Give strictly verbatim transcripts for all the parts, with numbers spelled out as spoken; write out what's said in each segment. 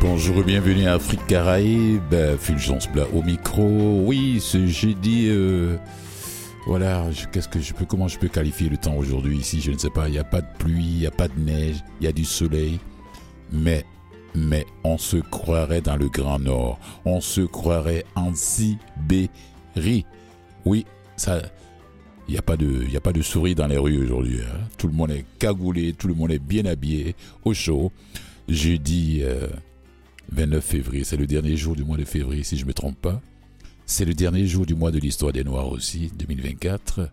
Bonjour et bienvenue à Afrique Caraïbe, Fulgence Blas au micro. Oui, ce jeudi, euh, voilà, je, qu'est-ce que je peux, comment je peux qualifier le temps aujourd'hui ici? Je ne sais pas. Il n'y a pas de pluie, il n'y a pas de neige, il y a du soleil, mais, mais on se croirait dans le Grand Nord. On se croirait en Sibérie. Oui, ça. Il n'y a pas de, il y a pas de souris dans les rues aujourd'hui. Hein. Tout le monde est cagoulé, tout le monde est bien habillé, au chaud. Jeudi euh, vingt-neuf février, c'est le dernier jour du mois de février, si je ne me trompe pas. C'est le dernier jour du mois de l'histoire des Noirs aussi, deux mille vingt-quatre.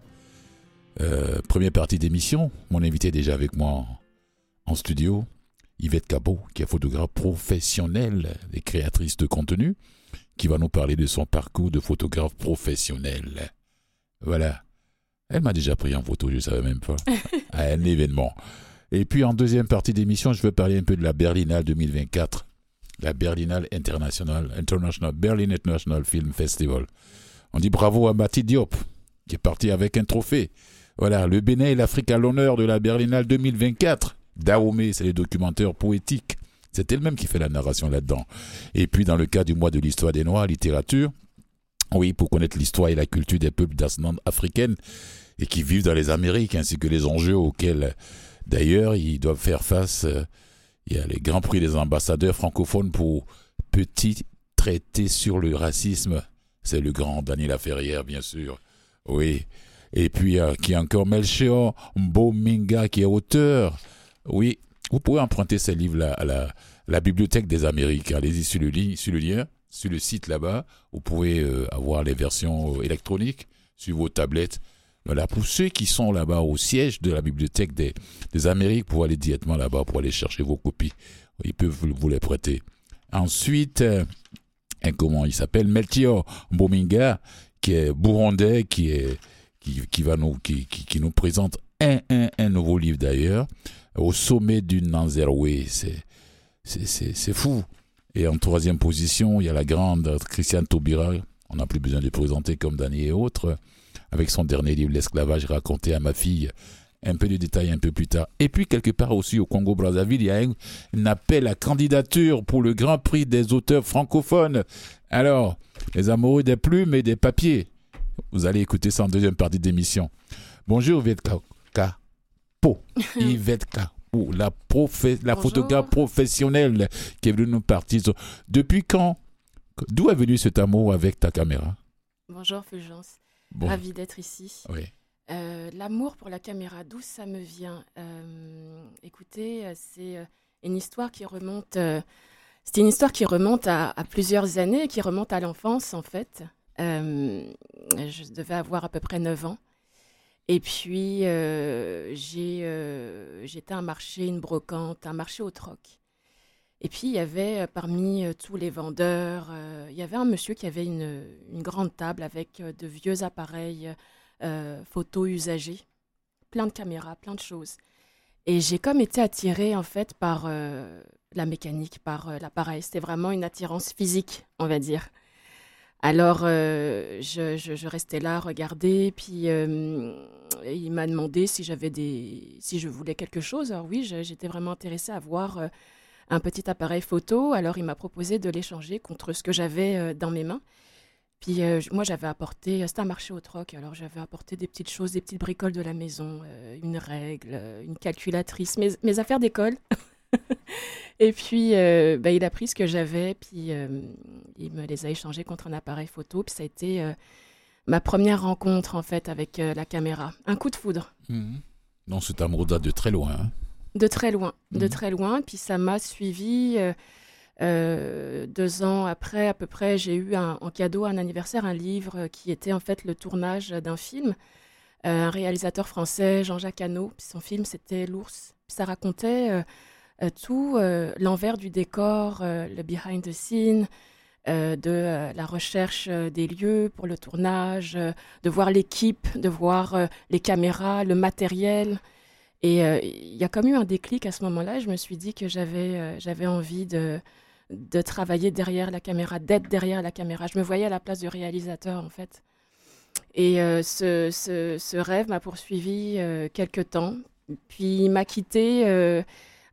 Euh, première partie d'émission, mon invité est déjà avec moi en, en studio, Yvette Cabot, qui est photographe professionnelle et créatrice de contenu, qui va nous parler de son parcours de photographe professionnel. Voilà. Elle m'a déjà pris en photo, je ne savais même pas, à un événement. Et puis en deuxième partie d'émission, je vais parler un peu de la Berlinale deux mille vingt-quatre. La Berlinale International, International, Berlin International Film Festival. On dit bravo à Mati Diop, qui est parti avec un trophée. Voilà, le Bénin et l'Afrique à l'honneur de la Berlinale deux mille vingt-quatre. Dahomey, c'est les documentaires poétiques. C'est elle-même qui fait la narration là-dedans. Et puis dans le cas du mois de l'histoire des Noirs, littérature, oui, pour connaître l'histoire et la culture des peuples d'ascendance africaine et qui vivent dans les Amériques, ainsi que les enjeux auxquels, d'ailleurs, ils doivent faire face. Euh, il y a les grands prix des ambassadeurs francophones pour petit traité sur le racisme. C'est le grand Daniel Laferrière, bien sûr. Oui. Et puis, euh, qui est encore Melchior Mbominga, qui est auteur. Oui, vous pouvez emprunter ces livres-là à la, la Bibliothèque des Amériques. Allez-y sur le, li- sur le lien. Sur le site là-bas, vous pouvez euh, avoir les versions euh, électroniques sur vos tablettes. Voilà, pour ceux qui sont là-bas au siège de la Bibliothèque des, des Amériques, pour aller directement là-bas, pour aller chercher vos copies. Ils peuvent vous, vous les prêter. Ensuite, euh, un, comment il s'appelle, Melchior Mbominga, qui est burundais, qui, est, qui, qui, va nous, qui, qui, qui nous présente un, un, un nouveau livre d'ailleurs, Au sommet du Nanzerwe. C'est, c'est, c'est, c'est fou. Et en troisième position, il y a la grande Christiane Taubira, on n'a plus besoin de présenter comme Dany et autres, avec son dernier livre, L'esclavage raconté à ma fille, un peu de détails un peu plus tard. Et puis, quelque part aussi au Congo-Brazzaville, il y a un, un appel à candidature pour le Grand Prix des auteurs francophones. Alors, les amoureux des plumes et des papiers, vous allez écouter ça en deuxième partie d'émission. Bonjour, Yvette Cabot. Yvette Cabot. Ou la, profé- la photographe professionnelle qui est venue nous partir. Depuis quand? D'où est venu cet amour avec ta caméra? Bonjour Fulgence, bon. Ravie d'être ici. Oui. Euh, l'amour pour la caméra, d'où ça me vient? euh, Écoutez, c'est une histoire qui remonte, euh, c'est une histoire qui remonte à, à plusieurs années, qui remonte à l'enfance en fait. Euh, je devais avoir à peu près neuf ans. Et puis, euh, j'ai, euh, j'étais à un marché, une brocante, un marché au troc. Et puis, il y avait, euh, parmi euh, tous les vendeurs, euh, il y avait un monsieur qui avait une, une grande table avec euh, de vieux appareils euh, photo usagés, plein de caméras, plein de choses. Et j'ai comme été attirée, en fait, par euh, la mécanique, par euh, l'appareil. C'était vraiment une attirance physique, on va dire. Alors, euh, je, je, je restais là, regarder, puis euh, il m'a demandé si j'avais des, si je voulais quelque chose. Alors oui, je, j'étais vraiment intéressée à voir euh, un petit appareil photo. Alors, il m'a proposé de l'échanger contre ce que j'avais euh, dans mes mains. Puis euh, moi, j'avais apporté, c'était un marché au troc, alors j'avais apporté des petites choses, des petites bricoles de la maison, euh, une règle, euh, une calculatrice, mes, mes affaires d'école. Et puis, euh, bah, il a pris ce que j'avais, puis euh, il me les a échangés contre un appareil photo. Puis ça a été euh, ma première rencontre, en fait, avec euh, la caméra. Un coup de foudre. Mmh. Donc, cet amour date de très loin. Hein? De très loin, mmh. de très loin. Puis ça m'a suivi euh, euh, deux ans après, à peu près. J'ai eu un, en cadeau, un anniversaire, un livre qui était, en fait, le tournage d'un film. Euh, un réalisateur français, Jean-Jacques Hano. Puis son film, c'était L'Ours. Puis ça racontait... Euh, Euh, tout euh, l'envers du décor, euh, le behind the scene, euh, de euh, la recherche euh, des lieux pour le tournage, euh, de voir l'équipe, de voir euh, les caméras, le matériel. Et euh, il y a comme eu un déclic à ce moment-là. Je me suis dit que j'avais, euh, j'avais envie de, de travailler derrière la caméra, d'être derrière la caméra. Je me voyais à la place du réalisateur, en fait. Et euh, ce, ce, ce rêve m'a poursuivi euh, quelque temps. Puis il m'a quittée... Euh,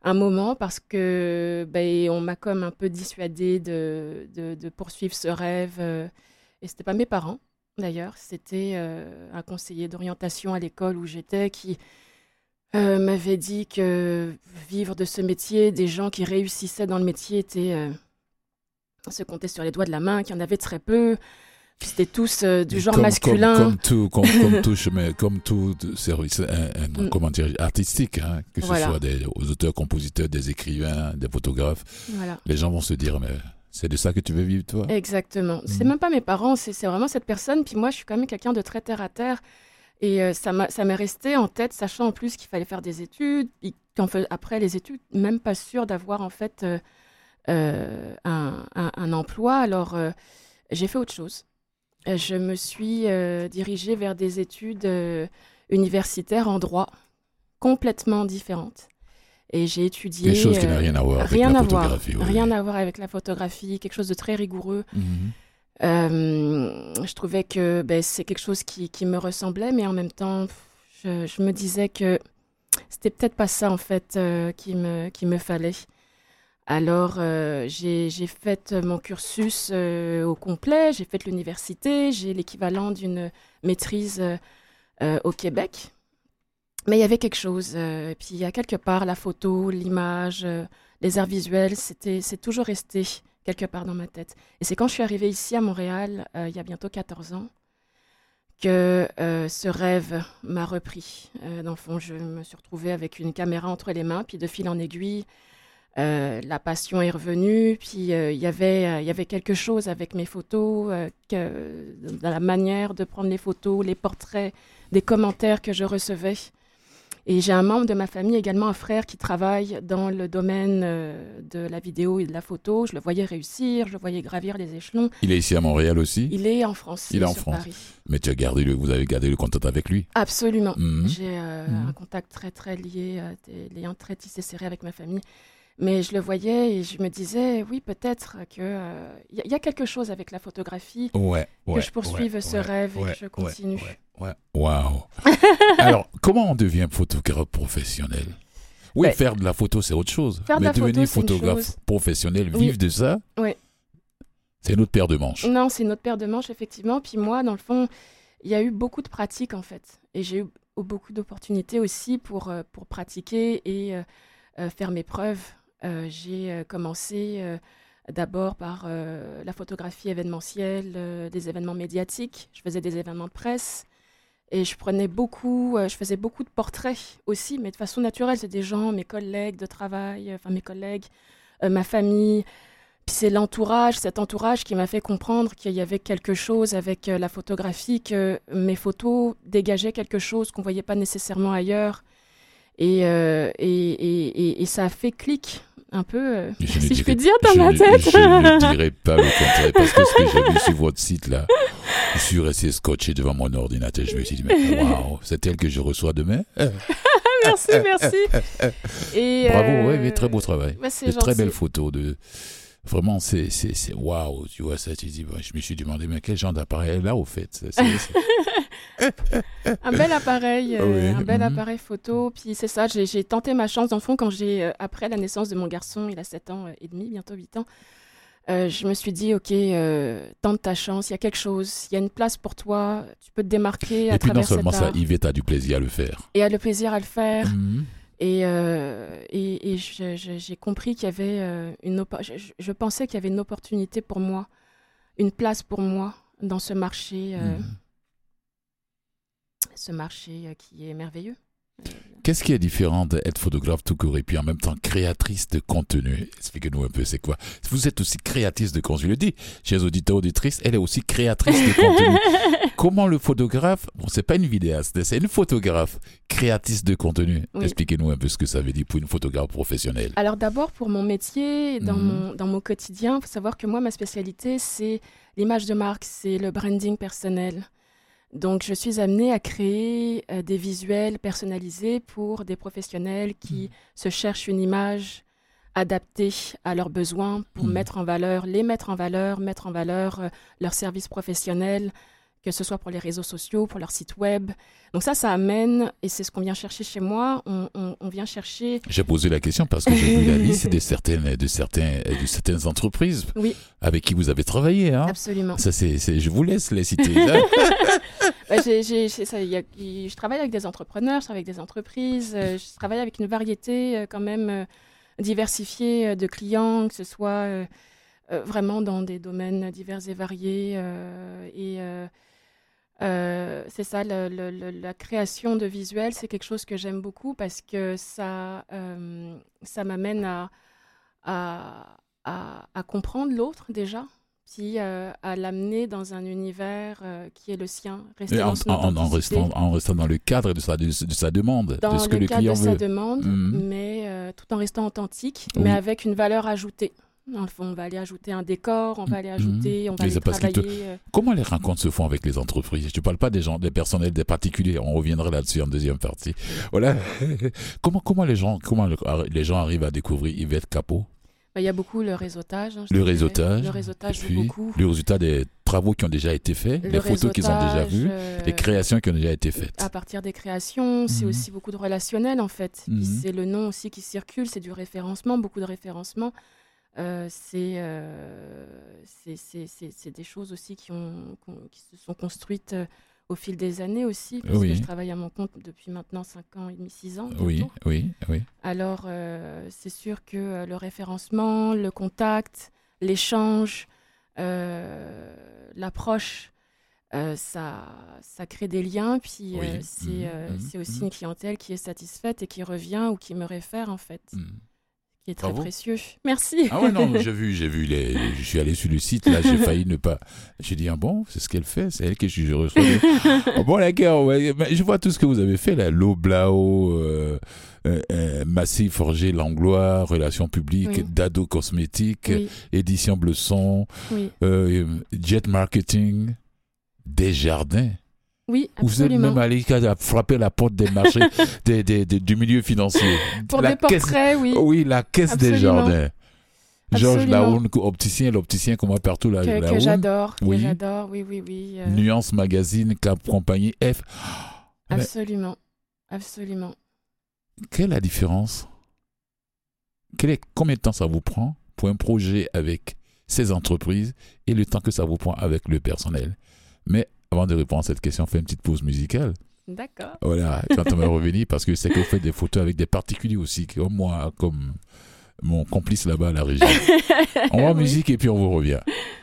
un moment parce que ben, on m'a comme un peu dissuadée de, de, de poursuivre ce rêve. euh, Et c'était pas mes parents, d'ailleurs. C'était euh, un conseiller d'orientation à l'école où j'étais qui euh, m'avait dit que vivre de ce métier, des gens qui réussissaient dans le métier étaient, euh, se comptaient sur les doigts de la main, qu'il y en avait très peu. Puis c'était tous euh, du genre comme, masculin. Comme, comme tout, comme, comme tout chemin, comme tout service un, un, Mm. comment dire, artistique, hein, que ce Voilà. soit des aux auteurs, compositeurs, des écrivains, des photographes, Voilà. les gens vont se dire, mais c'est de ça que tu veux vivre, toi? Exactement. C'est Mm. même pas mes parents, c'est c'est vraiment cette personne. Puis moi, je suis quand même quelqu'un de très terre à terre. Et euh, ça m'a ça m'est resté en tête, sachant en plus qu'il fallait faire des études. Et qu'en fait, après les études, même pas sûr d'avoir en fait euh, euh, un, un- un emploi. Alors, euh, j'ai fait autre chose. Euh, Je me suis euh, dirigée vers des études euh, universitaires en droit, complètement différentes. Et j'ai étudié... Quelque chose qui n'a euh, rien à voir avec rien la à voir, photographie. oui. rien à voir avec la photographie, quelque chose de très rigoureux. Mhm. Euh, je trouvais que ben, c'est quelque chose qui, qui me ressemblait, mais en même temps, je, je me disais que c'était peut-être pas ça en fait euh, qui me, qui me fallait. Alors, euh, j'ai, j'ai fait mon cursus euh, au complet, j'ai fait l'université, j'ai l'équivalent d'une maîtrise euh, euh, au Québec. Mais il y avait quelque chose, euh, et puis il y a quelque part la photo, l'image, euh, les arts visuels, c'était, c'est toujours resté quelque part dans ma tête. Et c'est quand je suis arrivée ici à Montréal, euh, il y a bientôt quatorze ans, que euh, ce rêve m'a repris. Euh, dans le fond, je me suis retrouvée avec une caméra entre les mains, puis de fil en aiguille, euh, la passion est revenue, puis euh, il y avait, euh, il y avait quelque chose avec mes photos, euh, que, dans la manière de prendre les photos, les portraits, des commentaires que je recevais. Et j'ai un membre de ma famille, également un frère, qui travaille dans le domaine euh, de la vidéo et de la photo. Je le voyais réussir, je le voyais gravir les échelons. Il est ici à Montréal aussi, Il est en France, Il est en sur France. Paris. mais tu as gardé le, vous avez gardé le contact avec lui. Absolument. Mhm. J'ai euh, Mhm. un contact très, très lié, euh, des liens très tissés, serrés avec ma famille. Mais je le voyais et je me disais, oui, peut-être qu'il euh, y, a- y a quelque chose avec la photographie, Ouais, que ouais, je poursuive ouais, ce ouais, rêve et ouais, que je continue. Ouais, ouais, ouais. Waouh. Alors, comment on devient photographe professionnel? Oui, Ben, faire de la photo, c'est autre chose. faire de Mais la photo, devenir c'est une photographe chose. professionnel, Oui. vivre de ça, Oui. c'est une autre paire de manches. Non, c'est une autre paire de manches, effectivement. Puis moi, dans le fond, il y a eu beaucoup de pratiques, en fait. Et j'ai eu beaucoup d'opportunités aussi pour, euh, pour pratiquer et euh, euh, faire mes preuves. Euh, j'ai euh, commencé euh, d'abord par euh, la photographie événementielle, euh, des événements médiatiques. Je faisais des événements de presse et je prenais beaucoup, euh, je faisais beaucoup de portraits aussi, mais de façon naturelle. C'est des gens, mes collègues de travail, euh, enfin mes collègues, euh, ma famille. Puis c'est l'entourage, cet entourage qui m'a fait comprendre qu'il y avait quelque chose avec euh, la photographie, que mes photos dégageaient quelque chose qu'on ne voyait pas nécessairement ailleurs. Et, euh, et, et, et, et ça a fait clic un peu, euh, Je ne si je dirais- puis dire, dans je ma ne- tête. Je ne dirais pas le contraire, parce que ce que j'ai vu sur votre site, là, je suis resté scotché devant mon ordinateur. Je me suis dit, mais waouh, c'est elle que je reçois demain? Merci, merci. Et, Bravo, euh, oui, mais très beau travail. bah, c'est De très gentil. belles photos. De... Vraiment, c'est, c'est, c'est waouh, tu vois ça, tu dis, bah, je me suis demandé, mais quel genre d'appareil elle a au fait? C'est- c'est- c'est- Un bel appareil, euh, Oui, un bel mhm. appareil photo. Puis c'est ça, j'ai j'ai tenté ma chance. Dans le fond, quand j'ai, euh, après la naissance de mon garçon, il a sept ans euh, et demi, bientôt huit ans, euh, je me suis dit, OK, euh, tente ta chance, il y a quelque chose, il y a une place pour toi, tu peux te démarquer à Et puis non travers seulement cet ça, art. Yvette a du plaisir à le faire. Et a le plaisir à le faire. Mhm. Et, euh, et, et je- je- j'ai compris qu'il y avait euh, une oppo- je, je- je pensais qu'il y avait une opportunité pour moi, une place pour moi dans ce marché, euh, Mhm. ce marché euh, qui est merveilleux. Euh, Qu'est-ce qui est différent d'être photographe tout court et puis en même temps créatrice de contenu? Expliquez-nous un peu, c'est quoi? Vous êtes aussi créatrice de contenu. Je le dis, chers auditeurs, auditrices, elle est aussi créatrice de contenu. Comment le photographe, bon, c'est pas une vidéaste, c'est une photographe créatrice de contenu. Oui. Expliquez-nous un peu ce que ça veut dire pour une photographe professionnelle. Alors d'abord, pour mon métier, dans, Mhm. mon, dans mon quotidien, il faut savoir que moi, ma spécialité, c'est l'image de marque, c'est le branding personnel. Donc, je suis amenée à créer euh, des visuels personnalisés pour des professionnels qui se cherchent une image adaptée à leurs besoins pour Mhm. mettre en valeur, les mettre en valeur, mettre en valeur euh, leur service professionnel, que ce soit pour les réseaux sociaux, pour leur site web. Donc ça, ça amène, et c'est ce qu'on vient chercher chez moi, on, on, on vient chercher... J'ai posé la question parce que j'ai vu la liste de certaines, de, certains, de certaines entreprises oui. avec qui vous avez travaillé. Hein. Absolument. Ça, c'est, c'est, je vous laisse les citer. bah, j'ai, j'ai, ça, y a, y, je travaille avec des entrepreneurs, je travaille avec des entreprises, euh, je travaille avec une variété euh, quand même euh, diversifiée euh, de clients, que ce soit euh, euh, vraiment dans des domaines divers et variés. Euh, et euh, euh, c'est ça, le, le, le, la création de visuels, c'est quelque chose que j'aime beaucoup parce que ça, euh, ça m'amène à, à, à, à comprendre l'autre déjà. Puis euh, à l'amener dans un univers euh, qui est le sien. Rester en, dans en, en, restant, en restant dans le cadre de sa, de, de sa demande, dans de ce que le, le cadre client de veut. sa demande, mmh. mais euh, tout en restant authentique, oui. mais avec une valeur ajoutée. Dans le fond, on va aller ajouter un décor, on va aller ajouter, mmh. on va mais aller travailler. Te... Euh... Comment les rencontres se font avec les entreprises? Je ne parle pas des gens, des personnels, des particuliers. On reviendra là-dessus en deuxième partie. Voilà. comment, comment, les gens, comment les gens arrivent à découvrir Yvette Capot? Il y a beaucoup le réseautage. Hein, le réseautage. Le réseautage, puis, beaucoup. Le résultat des travaux qui ont déjà été faits, le les photos qu'ils ont déjà vues, euh, les créations qui ont déjà été faites. À partir des créations, mmh. c'est aussi beaucoup de relationnel, en fait. Mmh. C'est le nom aussi qui circule, c'est du référencement, beaucoup de référencement. Euh, c'est, euh, c'est, c'est, c'est, c'est des choses aussi qui, ont, qui se sont construites euh, au fil des années aussi, parce oui. que je travaille à mon compte depuis maintenant cinq ans et demi, six ans. Bientôt. Oui, oui, oui. Alors, euh, c'est sûr que euh, le référencement, le contact, l'échange, euh, l'approche, euh, ça, ça crée des liens. Puis, oui. euh, c'est, mmh, euh, mmh, c'est aussi mmh. une clientèle qui est satisfaite et qui revient ou qui me réfère, en fait. Mmh. Qui est très Bravo. précieux. Merci. Ah ouais, non, j'ai vu, j'ai vu les, je suis allé sur le site, là, j'ai failli ne pas, j'ai dit, ah bon, c'est ce qu'elle fait, c'est elle que je reçois. Ah bon, d'accord, ouais, mais je vois tout ce que vous avez fait, là, Loblaw, euh, euh, euh, Massif Forger, Langlois, Relations publiques, Oui. Dado Cosmétiques, Oui. Édition Blesson, Oui. euh, Jet Marketing, Desjardins. Oui, Vous êtes absolument. même allé frapper la porte des marchés des, des, des, du milieu financier. Pour la des portraits, caisse, oui. Oui, la caisse des Absolument. jardins. Georges Absolument. Laoun, opticien, l'opticien comme moi partout là. Que, Laoun. que j'adore, Oui. que j'adore, oui, oui, oui. euh, Nuance Magazine, Cap Compagnie F. Mais absolument, absolument. quelle est la différence? Quel est, combien de temps ça vous prend pour un projet avec ces entreprises et le temps que ça vous prend avec le personnel? Mais avant de répondre à cette question, on fait une petite pause musicale. D'accord. Voilà, quand on va revenir, parce que c'est que vous faites des photos avec des particuliers aussi, comme moi, comme mon complice là-bas à la région. On va en Oui. musique et puis on vous revient.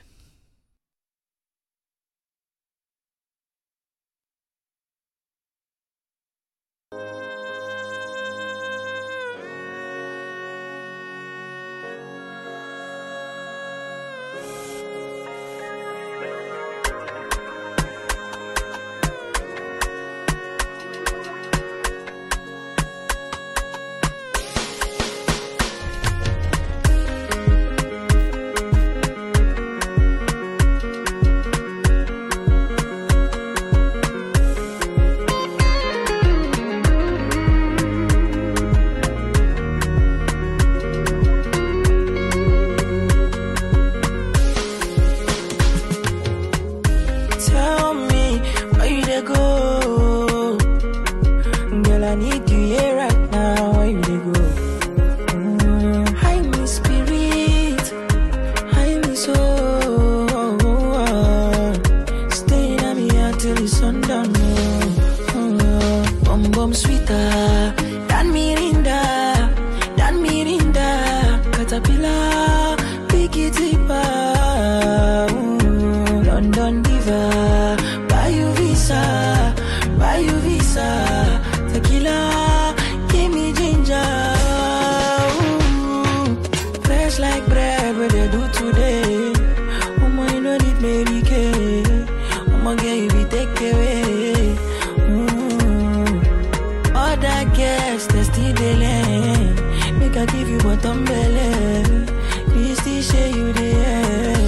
Tell me where you dey go, girl. I need you here right now. Where you dey go? Mm, hide me spirit, hide me soul. Stay in me until the sundown. Mm, bum bum sweeter than Mirinda, than Mirinda. Caterpillar, pick it deeper. Mm, London diva, buy you visa, buy you visa. Tequila, give me ginger. Ooh, fresh like bread, what they do today. Oh my, you know it Mary Kay. Oh my girl, you be take away. Mm. All that gas, they still delay. Make I give you bottom belly. Christy, share you there.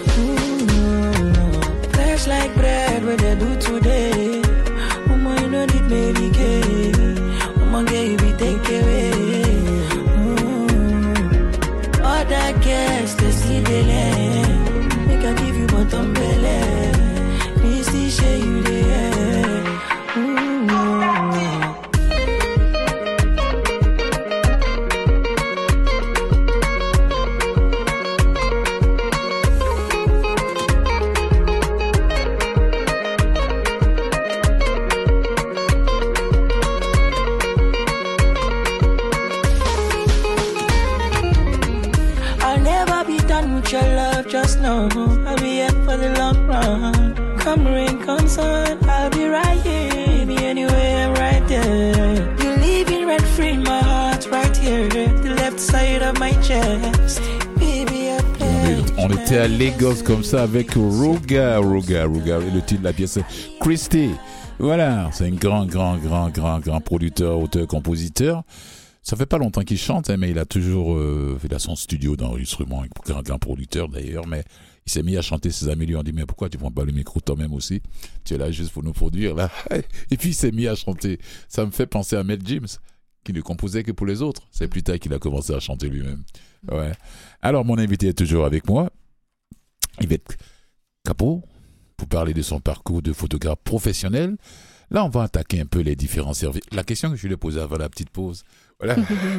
Mm. Fresh like bread, what they do today. Oh my, you know it Mary Kay. Oh my girl, you be take away. Mm. All that gas, they still delay. Make I give you bottom belly. Christy, share with your love, just know I'll be here for the long run. Come rain, come sun, I'll be right here. Be anywhere, right there. You're living rent free in my heart, right here. The left side of my chest. Baby, I play. On était à Lagos comme ça avec Ruga, Ruga, Ruga. Et le titre de la pièce, Christy. Voilà, c'est un grand, grand, grand, grand, grand producteur, auteur, compositeur. Ça fait pas longtemps qu'il chante, hein, mais il a toujours euh, fait son studio d'enregistrement, un grand, grand producteur d'ailleurs, mais il s'est mis à chanter. Ses amis lui ont dit, mais pourquoi tu prends pas le micro toi-même aussi? Tu es là juste pour nous produire, là. Et puis il s'est mis à chanter. Ça me fait penser à Mel James, qui ne composait que pour les autres. C'est plus tard qu'il a commencé à chanter lui-même. Ouais. Alors, mon invité est toujours avec moi, Yvette Capot, pour parler de son parcours de photographe professionnel. Là, on va attaquer un peu les différents services. La question que je lui ai posée avant la petite pause, voilà,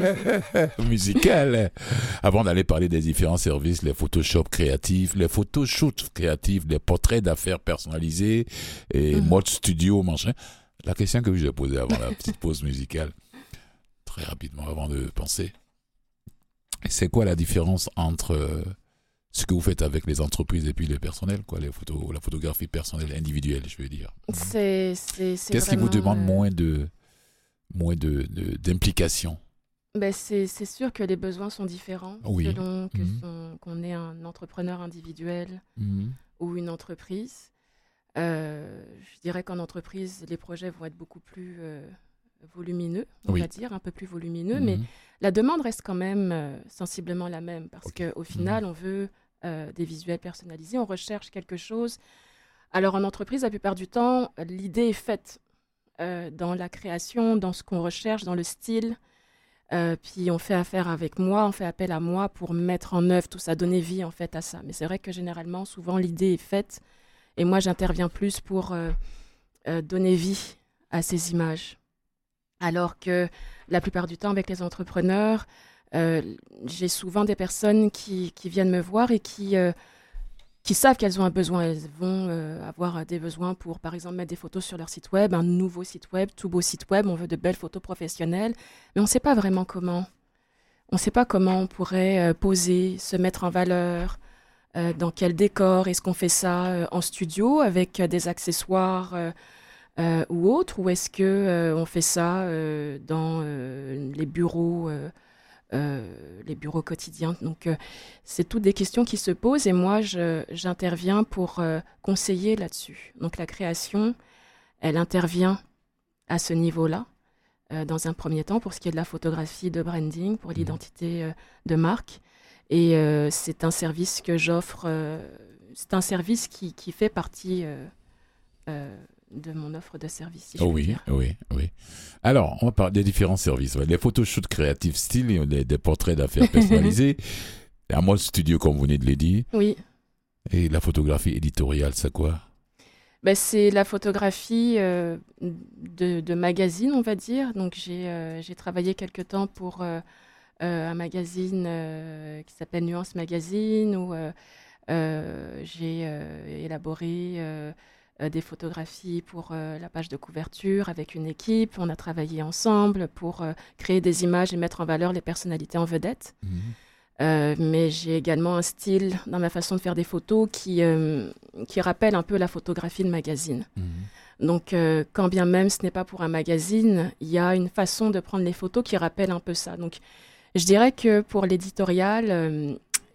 musicale, avant d'aller parler des différents services, les Photoshop créatifs, les photoshoots créatifs, les portraits d'affaires personnalisés, et mm-hmm. mode studio, machin. La question que je lui ai posée avant la petite pause musicale, très rapidement, avant de penser, c'est quoi la différence entre euh, ce que vous faites avec les entreprises et puis les personnels, quoi, les photos, la photographie personnelle individuelle, je veux dire. C'est, c'est, c'est Qu'est-ce vraiment, qui vous demande euh... moins de moins de, de d'implication? Ben c'est, c'est sûr que les besoins sont différents oui. selon que mmh. son, qu'on est un entrepreneur individuel mmh. ou une entreprise. Euh, je dirais qu'en entreprise, les projets vont être beaucoup plus euh, volumineux, on oui. va dire, un peu plus volumineux, mmh. mais la demande reste quand même euh, sensiblement la même parce okay. qu'au final, mmh. on veut euh, des visuels personnalisés, on recherche quelque chose. Alors en entreprise, la plupart du temps, l'idée est faite euh, dans la création, dans ce qu'on recherche, dans le style. Euh, puis on fait affaire avec moi, on fait appel à moi pour mettre en œuvre tout ça, donner vie en fait à ça. Mais c'est vrai que généralement, souvent, l'idée est faite et moi, j'interviens plus pour euh, euh, donner vie à ces images. Alors que la plupart du temps, avec les entrepreneurs, euh, j'ai souvent des personnes qui, qui viennent me voir et qui, euh, qui savent qu'elles ont un besoin. Elles vont euh, avoir des besoins pour, par exemple, mettre des photos sur leur site web, un nouveau site web, tout beau site web. On veut de belles photos professionnelles, mais on ne sait pas vraiment comment. On ne sait pas comment on pourrait euh, poser, se mettre en valeur, euh, dans quel décor. Est-ce qu'on fait ça euh, en studio avec euh, des accessoires euh, Euh, ou autre, ou est-ce que euh, on fait ça euh, dans euh, les bureaux, euh, euh, les bureaux quotidiens. Donc, euh, c'est toutes des questions qui se posent et moi, je, j'interviens pour euh, conseiller là-dessus. Donc, la création, elle intervient à ce niveau-là, euh, dans un premier temps, pour ce qui est de la photographie, de branding, pour l'identité euh, de marque. Et euh, c'est un service que j'offre, euh, c'est un service qui, qui fait partie euh, euh, de mon offre de service. Si oh oui, dire. oui, oui. Alors, on va parler des différents services. Les photoshoots créatifs style, des, des portraits d'affaires personnalisés, un mode studio, comme vous venez de le dire. Oui. Et la photographie éditoriale, c'est quoi? Ben, c'est la photographie euh, de, de magazine, on va dire. Donc, j'ai, euh, j'ai travaillé quelque temps pour euh, euh, un magazine euh, qui s'appelle Nuance Magazine, où euh, euh, j'ai euh, élaboré euh, euh, des photographies pour euh, la page de couverture avec une équipe. On a travaillé ensemble pour euh, créer des images et mettre en valeur les personnalités en vedette. Mmh. Euh, mais j'ai également un style dans ma façon de faire des photos qui, euh, qui rappelle un peu la photographie de magazine. Mmh. Donc, euh, quand bien même ce n'est pas pour un magazine, il y a une façon de prendre les photos qui rappelle un peu ça. Donc, je dirais que pour l'éditorial, euh,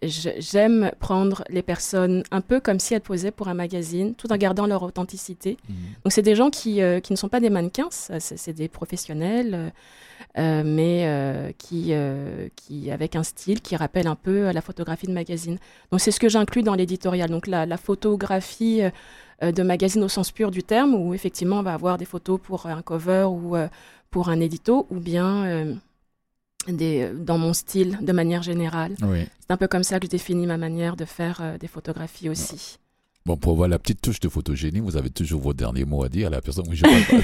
j'aime prendre les personnes un peu comme si elles posaient pour un magazine, tout en gardant leur authenticité. Mmh. Donc, c'est des gens qui, euh, qui ne sont pas des mannequins, c'est, c'est des professionnels, euh, mais euh, qui, euh, qui, avec un style qui rappelle un peu la photographie de magazine. Donc, c'est ce que j'inclus dans l'éditorial. Donc, la, la photographie euh, de magazine au sens pur du terme, où effectivement, on va avoir des photos pour un cover ou euh, pour un édito, ou bien... Euh, Des, dans mon style de manière générale. Oui. C'est un peu comme ça que je définis ma manière de faire euh, des photographies aussi. Bon, pour avoir la petite touche de photogénie, vous avez toujours vos derniers mots à dire à la personne où je parle.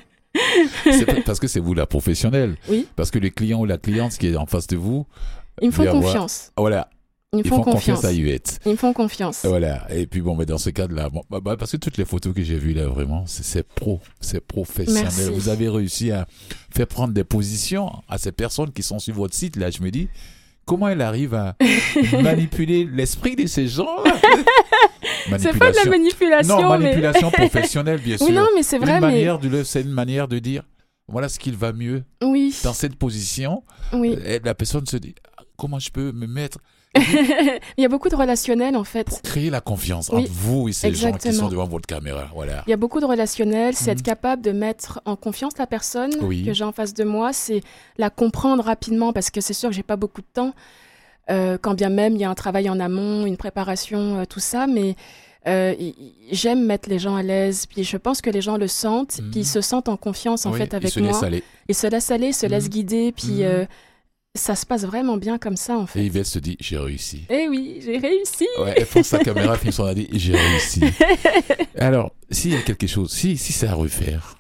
C'est parce que c'est vous la professionnelle. Oui. Parce que le client ou la cliente qui est en face de vous... Ils me font confiance. Avoir... Voilà. Ils me font, Ils font confiance. confiance à Yvette. Ils me font confiance. Voilà. Et puis bon, mais dans ce cadre-là, bon, bah, parce que toutes les photos que j'ai vues là, vraiment, c'est, c'est pro, c'est professionnel. Merci. Vous avez réussi à faire prendre des positions à ces personnes qui sont sur votre site. Là, je me dis, comment elle arrive à manipuler l'esprit de ces gens. C'est pas de la manipulation. Non, mais... manipulation professionnelle, bien sûr. Oui, non, mais c'est vrai. Une mais... manière de, c'est une manière de dire, voilà ce qu'il va mieux oui. dans cette position. Oui. Et la personne se dit, comment je peux me mettre... Il y a beaucoup de relationnel, en fait. Pour créer la confiance oui. entre vous et ces Exactement. gens qui sont devant votre caméra. Voilà. Il y a beaucoup de relationnel. C'est mmh. être capable de mettre en confiance la personne oui. que j'ai en face de moi. C'est la comprendre rapidement parce que c'est sûr que j'ai pas beaucoup de temps. Euh, quand bien même il y a un travail en amont, une préparation, euh, tout ça. Mais euh, j'aime mettre les gens à l'aise. Puis je pense que les gens le sentent. Mmh. Puis ils se sentent en confiance en oui, fait avec ils se moi. Laissent aller. Ils se laissent aller, se mmh. laissent guider. Puis... Mmh. Euh, ça se passe vraiment bien comme ça, en fait. Et Yvette se dit, j'ai réussi. Eh oui, j'ai réussi. Ouais, elle pense sa caméra, puis on a dit, j'ai réussi. Alors, s'il y a quelque chose, si, si c'est à refaire,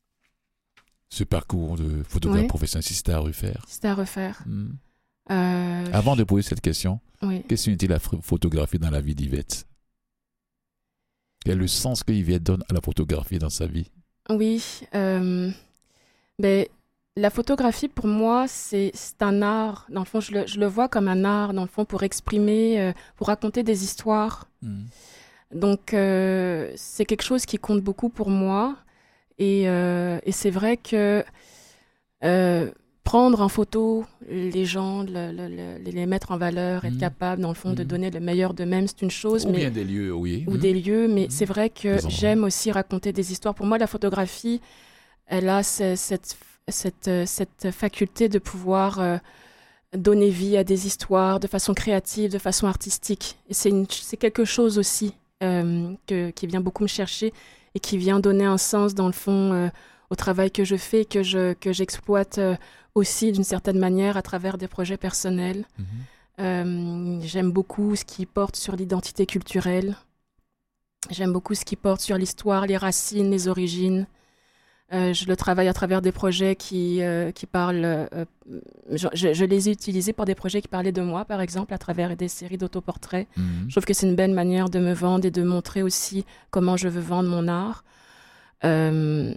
ce parcours de photographe oui. professionnel, si c'était à refaire. Si c'était à refaire. Hmm. Euh, Avant de poser cette question, oui. qu'est-ce qu'est la photographie dans la vie d'Yvette? Quel est le sens que Yvette donne à la photographie dans sa vie? Oui, euh, ben... La photographie, pour moi, c'est, c'est un art. Dans le fond, je le, je le vois comme un art, dans le fond, pour exprimer, euh, pour raconter des histoires. Mmh. Donc, euh, c'est quelque chose qui compte beaucoup pour moi. Et, euh, et c'est vrai que euh, prendre en photo les gens, le, le, le, les mettre en valeur, mmh. être capable, dans le fond, mmh. de donner le meilleur d'eux-mêmes, c'est une chose. Ou mais, bien des lieux, oui. Ou mmh. des lieux, mais mmh. c'est vrai que j'aime aussi raconter des histoires. Pour moi, la photographie, elle a cette... cette Cette, cette faculté de pouvoir euh, donner vie à des histoires de façon créative, de façon artistique. Et c'est, une, c'est quelque chose aussi euh, que, qui vient beaucoup me chercher et qui vient donner un sens, dans le fond, euh, au travail que je fais, que, je, que j'exploite euh, aussi d'une certaine manière à travers des projets personnels. Mmh. Euh, j'aime beaucoup ce qui porte sur l'identité culturelle. J'aime beaucoup ce qui porte sur l'histoire, les racines, les origines. Euh, je le travaille à travers des projets qui, euh, qui parlent... Euh, je, je les ai utilisés pour des projets qui parlaient de moi, par exemple, à travers des séries d'autoportraits. Mmh. Je trouve que c'est une belle manière de me vendre et de montrer aussi comment je veux vendre mon art. Euh,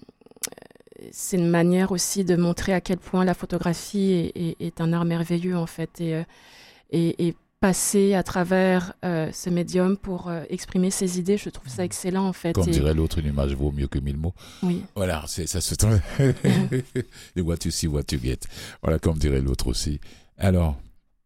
c'est une manière aussi de montrer à quel point la photographie est, est, est un art merveilleux, en fait. Et, et, et passer à travers euh, ce médium pour euh, exprimer ses idées, je trouve ça excellent en fait. Comme et... dirait l'autre, une image vaut mieux que mille mots. Oui. Voilà, c'est, ça se trouve. What you see, what you get. Voilà, comme dirait l'autre aussi. Alors,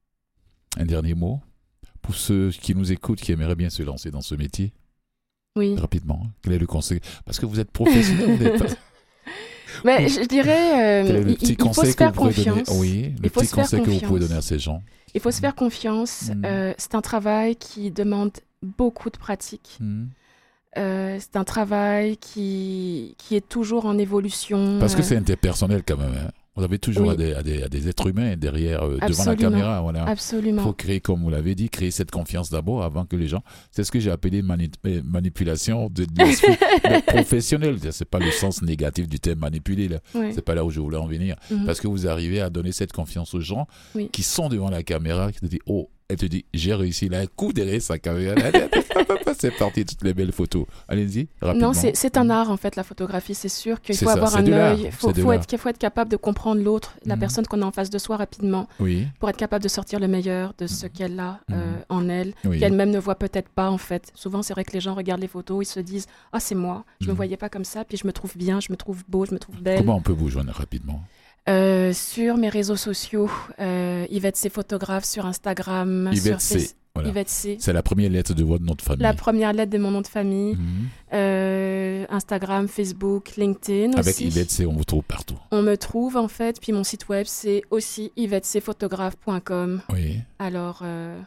un dernier mot pour ceux qui nous écoutent, qui aimeraient bien se lancer dans ce métier. Oui. Rapidement, quel est le conseil? Parce que vous êtes professionnel, vous n'êtes pas... Mais je dirais, euh, le il, il faut se faire confiance. Donner... Oui, le petit conseil que vous pouvez donner à ces gens. Il faut se faire confiance. Mmh. Euh, c'est un travail qui demande beaucoup de pratique. Mmh. Euh, c'est un travail qui, qui est toujours en évolution. Parce que c'est interpersonnel quand même. Hein. Vous avez toujours oui. à, des, à, des, à des êtres humains derrière, euh, devant la caméra. Voilà. Absolument. Il faut créer, comme vous l'avez dit, créer cette confiance d'abord avant que les gens... C'est ce que j'ai appelé mani- manipulation de, de l'esprit professionnel. Ce n'est pas le sens négatif du terme manipuler. Là. Oui. Ce n'est pas là où je voulais en venir. Mm-hmm. Parce que vous arrivez à donner cette confiance aux gens oui. qui sont devant la caméra, qui te disent « Oh !» Elle te dit, j'ai réussi. Là, un coup derrière sa caméra. C'est parti, toutes les belles photos. Allez-y, rapidement. Non, c'est, c'est un art, en fait, la photographie. C'est sûr qu'il c'est faut ça, avoir un œil. Il faut, faut, être, faut être capable de comprendre l'autre, la mmh. personne qu'on a en face de soi rapidement, oui. pour être capable de sortir le meilleur de ce mmh. qu'elle a euh, mmh. en elle, oui. qu'elle-même ne voit peut-être pas, en fait. Souvent, c'est vrai que les gens regardent les photos, ils se disent, ah, oh, c'est moi, je ne mmh. me voyais pas comme ça, puis je me trouve bien, je me trouve beau, je me trouve belle. Comment on peut vous joindre rapidement? Euh, sur mes réseaux sociaux, euh, Yvette C photographe sur Instagram. Yvette sur C. Voilà. Yvette C. C'est la première lettre de votre nom de famille. La première lettre de mon nom de famille. Mm-hmm. Euh, Instagram, Facebook, LinkedIn Avec aussi. Yvette C, on vous trouve partout. On me trouve en fait, puis mon site web c'est aussi yvette c photographe point com. Oui. Alors, euh,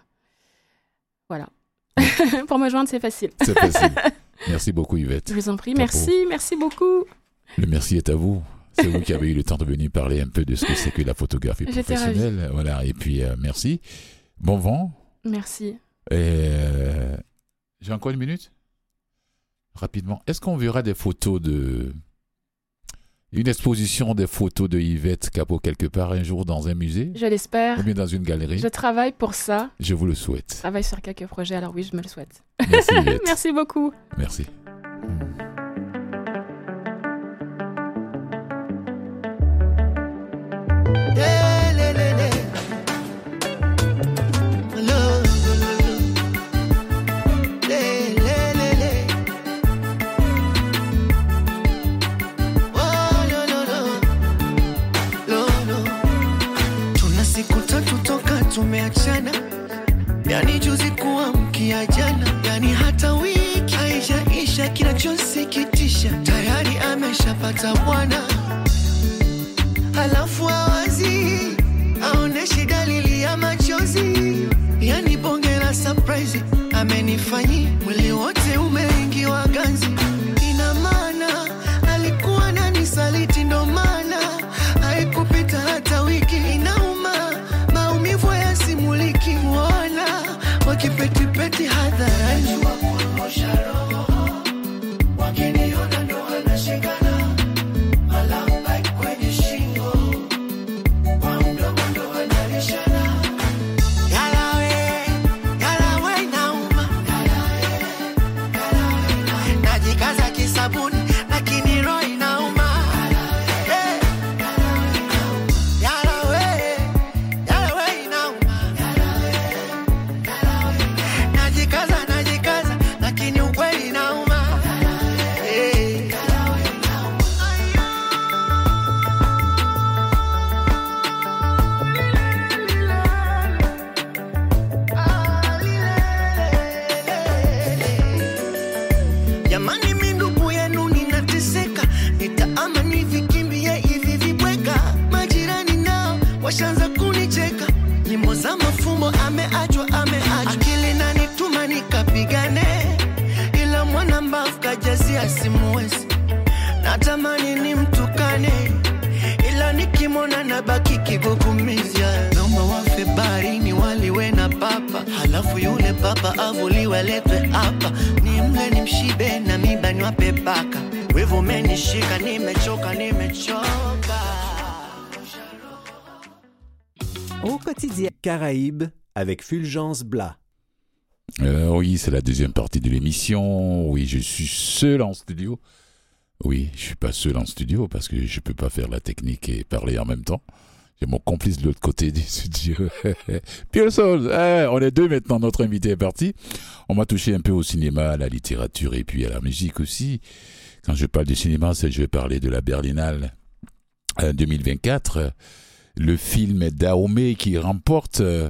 voilà. Pour me joindre, c'est facile. C'est facile. Merci beaucoup Yvette. Je vous en prie. Merci, merci beaucoup. Le merci est à vous. C'est vous qui avez eu le temps de venir parler un peu de ce que c'est que la photographie professionnelle. Voilà. Et puis, euh, merci. Bon vent. Merci. Et euh, j'ai encore une minute? Rapidement. Est-ce qu'on verra des photos de... Une exposition des photos de Yvette Capot quelque part un jour dans un musée? Je l'espère. Ou bien dans une galerie? Je travaille pour ça. Je vous le souhaite. Je travaille sur quelques projets, alors oui, je me le souhaite. Merci Yvette. Merci beaucoup. Merci. kuachana, yani juzi kuamkia jana, yani hata wiki haijaisha, kinachosikitisha tayari ameshapata bwana. Halafu awazi aoneshi dalili ya machozi, yani bonge la surprise amenifanyi, mwili wote umeingiwa ganzi. Ina maana alikuwa nani saliti, ndo maana haikupita hata wiki. Inauma, maumivu yasimuliki, wana wakipetipeti hadharani, wakuangosha roho, wakiniona ndo wanashikana, malamba kwenye shingo, kwa mdomo ndo wanalishana. Yalawe, yalawe inauma, najikaza kisabuni lakini roho inauma. Hey. Yalawe, yalawe inauma, najikaza najikaza lakini ukweli inauma. Hey. Jamani, mimi ndugu yenu ninateseka, nitaama nivikimbie hivi vibweka. Majirani nao washaanza kunicheka, nyimbo za mafumbo ameachwa ameachwa. Akili nanituma nikapigane, ila mwana mbavu kajazia simuwezi. Natamani nimtukane, ila nikimwona nabaki kigugumizi. Naomba wafe baharini waliwe na papa, halafu yule papa avuliwe letwe hapa. Ni mle ni mshibe na miba niwape baka. Wewe umenishika, nimechoka nimechoka. Au quotidien. Caraïbes avec Fulgence Blas. Euh, oui, c'est la deuxième partie de l'émission. Oui, je suis seul en studio. Oui, je suis pas seul en studio parce que je peux pas faire la technique et parler en même temps. J'ai mon complice de l'autre côté du studio. Pierre Sol, eh, on est deux maintenant, notre invité est parti. On m'a touché un peu au cinéma, à la littérature et puis à la musique aussi. Quand je parle du cinéma, c'est je vais parler de la Berlinale euh, deux mille vingt-quatre. Le film Dahomey qui remporte euh,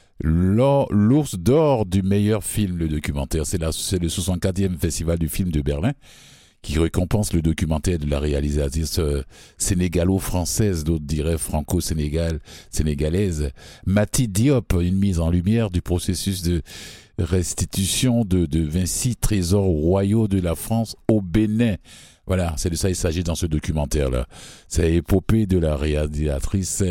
l'ours d'or du meilleur film, le documentaire. C'est, la, c'est le soixante-quatrième festival du film de Berlin qui récompense le documentaire de la réalisatrice euh, sénégalo-française, d'autres diraient franco-sénégal, sénégalaise, Mati Diop, une mise en lumière du processus de restitution de, de vingt-six trésors royaux de la France au Bénin. Voilà, c'est de ça qu'il s'agit dans ce documentaire-là. C'est l'épopée de la réalisatrice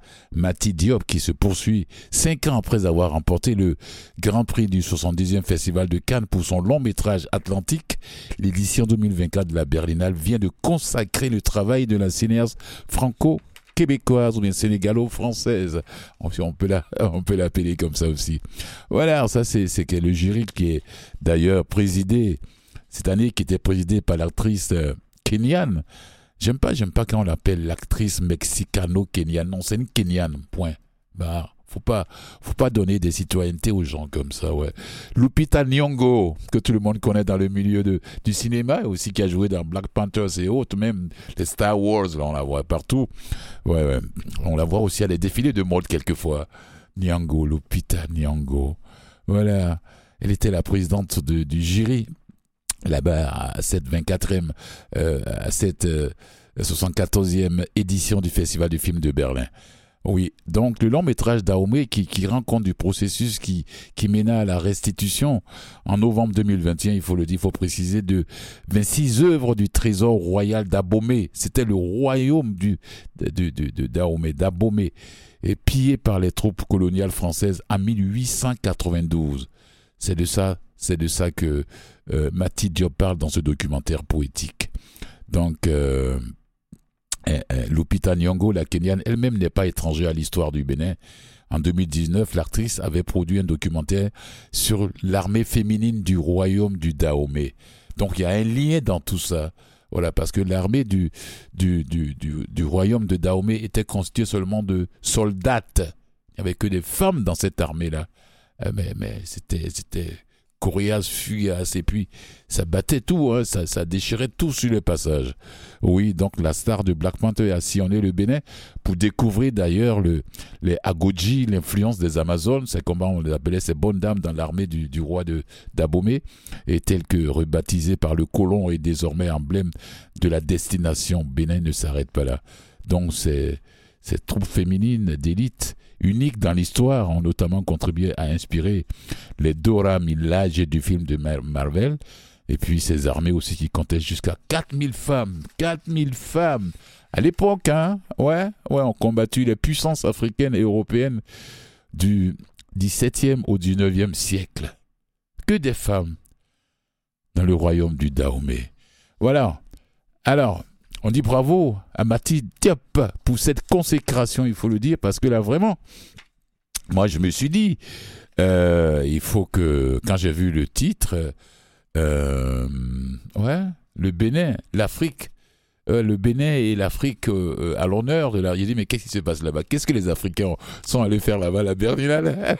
Mati Diop qui se poursuit cinq ans après avoir remporté le Grand Prix du soixante-dixième Festival de Cannes pour son long métrage Atlantique. L'édition deux mille vingt-quatre de la Berlinale vient de consacrer le travail de la cinéaste franco-québécoise ou bien sénégalo-française. On peut, la, on peut l'appeler comme ça aussi. Voilà, ça c'est, c'est que le jury qui est d'ailleurs présidé cette année, qui était présidée par l'actrice euh, kenyane. J'aime pas, j'aime pas quand on l'appelle l'actrice mexicano-kenyane. Non, c'est une kenyane, point. Bah, faut pas, faut pas donner des citoyennetés aux gens comme ça, ouais. Lupita Nyong'o, que tout le monde connaît dans le milieu de, du cinéma, aussi qui a joué dans Black Panthers et autres, même les Star Wars, là, on la voit partout. Ouais, ouais. On la voit aussi à des défilés de mode quelquefois. Nyong'o, Lupita Nyong'o. Voilà. Elle était la présidente de, du jury là-bas à cette vingt-quatrième, euh, à cette euh, soixante-quatorzième édition du Festival du film de Berlin. Oui, donc le long métrage Dahomey qui, qui rend compte du processus qui, qui mena à la restitution en novembre deux mille vingt et un, il faut le dire, il faut préciser, de vingt-six œuvres du trésor royal d'Abomey. C'était le royaume du, de, de, de, de Dahomey, d'Abomey, et pillé par les troupes coloniales françaises en mille huit cent quatre-vingt-douze. C'est de ça, c'est de ça que euh, Mati Diop parle dans ce documentaire poétique. Donc, euh, eh, eh, Lupita Nyong'o, la Kenyane, elle-même n'est pas étrangère à l'histoire du Bénin. En deux mille dix-neuf, l'actrice avait produit un documentaire sur l'armée féminine du royaume du Dahomey. Donc, il y a un lien dans tout ça. Voilà, parce que l'armée du, du, du, du, du royaume de Dahomey était constituée seulement de soldates. Il n'y avait que des femmes dans cette armée-là. Mais, mais c'était, c'était coriaces, fuyasses, et puis ça battait tout, hein, ça, ça déchirait tout sur le passage. Oui, donc la star de Black Panther a sillonné le Bénin pour découvrir d'ailleurs le, les Agodji, l'influence des Amazones, c'est comment on les appelait, ces bonnes dames dans l'armée du, du roi de, d'Abomey, et telles que rebaptisées par le colon et désormais emblème de la destination. Bénin ne s'arrête pas là. Donc c'est ces troupes féminines d'élite uniques dans l'histoire ont notamment contribué à inspirer les Dora Milaje du film de Marvel, et puis ces armées aussi qui comptaient jusqu'à quatre mille femmes, quatre mille femmes à l'époque, hein, ouais, ouais, ont combattu les puissances africaines et européennes du dix-septième au dix-neuvième siècle. Que des femmes dans le royaume du Dahomey. Voilà. Alors, on dit bravo à Mati Diop pour cette consécration, il faut le dire, parce que là, vraiment, moi, je me suis dit, euh, il faut que, quand j'ai vu le titre, euh, ouais, le Bénin, l'Afrique, euh, le Bénin et l'Afrique euh, à l'honneur de la... J'ai dit, mais qu'est-ce qui se passe là-bas? Qu'est-ce que les Africains sont allés faire là-bas, la Berlinale?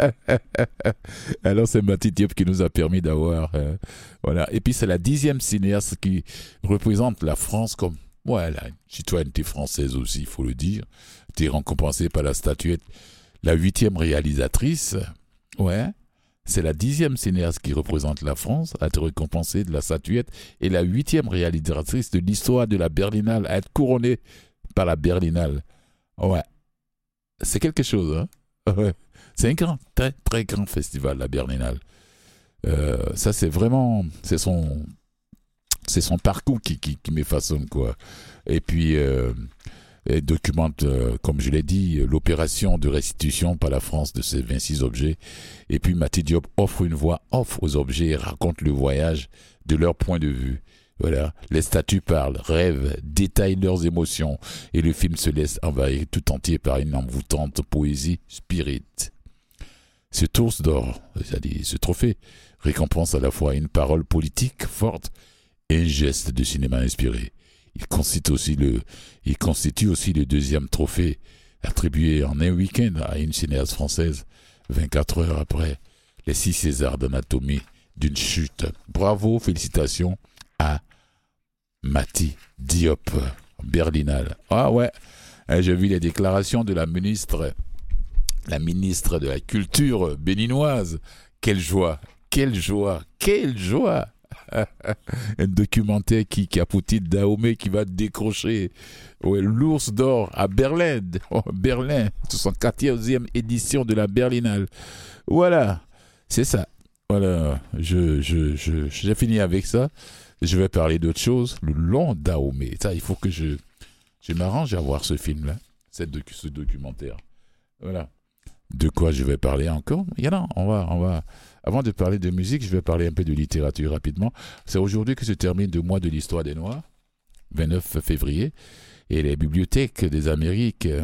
Alors, c'est Mati Diop qui nous a permis d'avoir... Euh, voilà. Et puis, c'est la dixième cinéaste qui représente la France comme... Ouais, la citoyenneté française aussi, il faut le dire. Été récompensée par la statuette. La huitième réalisatrice, ouais, c'est la dixième cinéaste qui représente la France, a été récompensée de la statuette, et la huitième réalisatrice de l'histoire de la Berlinale à être couronnée par la Berlinale. Ouais, c'est quelque chose, hein. Ouais. C'est un grand, très, très grand festival, la Berlinale. Euh, ça, c'est vraiment, c'est son, c'est son parcours qui, qui, qui me façonne, quoi. Et puis, euh, et documente, euh, comme je l'ai dit, l'opération de restitution par la France de ces vingt-six objets. Et puis Mati Diop offre une voix, offre aux objets et raconte le voyage de leur point de vue. Voilà, les statues parlent, rêvent, détaillent leurs émotions, et le film se laisse envahir tout entier par une envoûtante poésie spirit. Ce tours d'or, c'est-à-dire ce trophée, récompense à la fois une parole politique forte et un geste de cinéma inspiré. Il constitue aussi le, il constitue aussi le deuxième trophée attribué en un week-end à une cinéaste française, vingt-quatre heures après les six Césars d'anatomie d'une chute. Bravo, félicitations à Mati Diop, Berlinale. Ah ouais, j'ai vu les déclarations de la ministre, la ministre de la Culture béninoise. Quelle joie, quelle joie, quelle joie! Un documentaire qui, qui a poussé Dahomey qui va décrocher ouais, l'ours d'or à Berlin, oh, Berlin, soixante-quatorzième édition de la Berlinale. Voilà, c'est ça. Voilà, je, je, je, j'ai fini avec ça. Je vais parler d'autre chose. Le long Dahomey. Ça, il faut que je, je m'arrange à voir ce film-là, cette docu, ce documentaire. Voilà. De quoi je vais parler encore? Il y en a, on va, on va. Avant de parler de musique, je vais parler un peu de littérature rapidement. C'est aujourd'hui que se termine le mois de l'histoire des Noirs, vingt-neuf février, et les bibliothèques des Amériques, euh,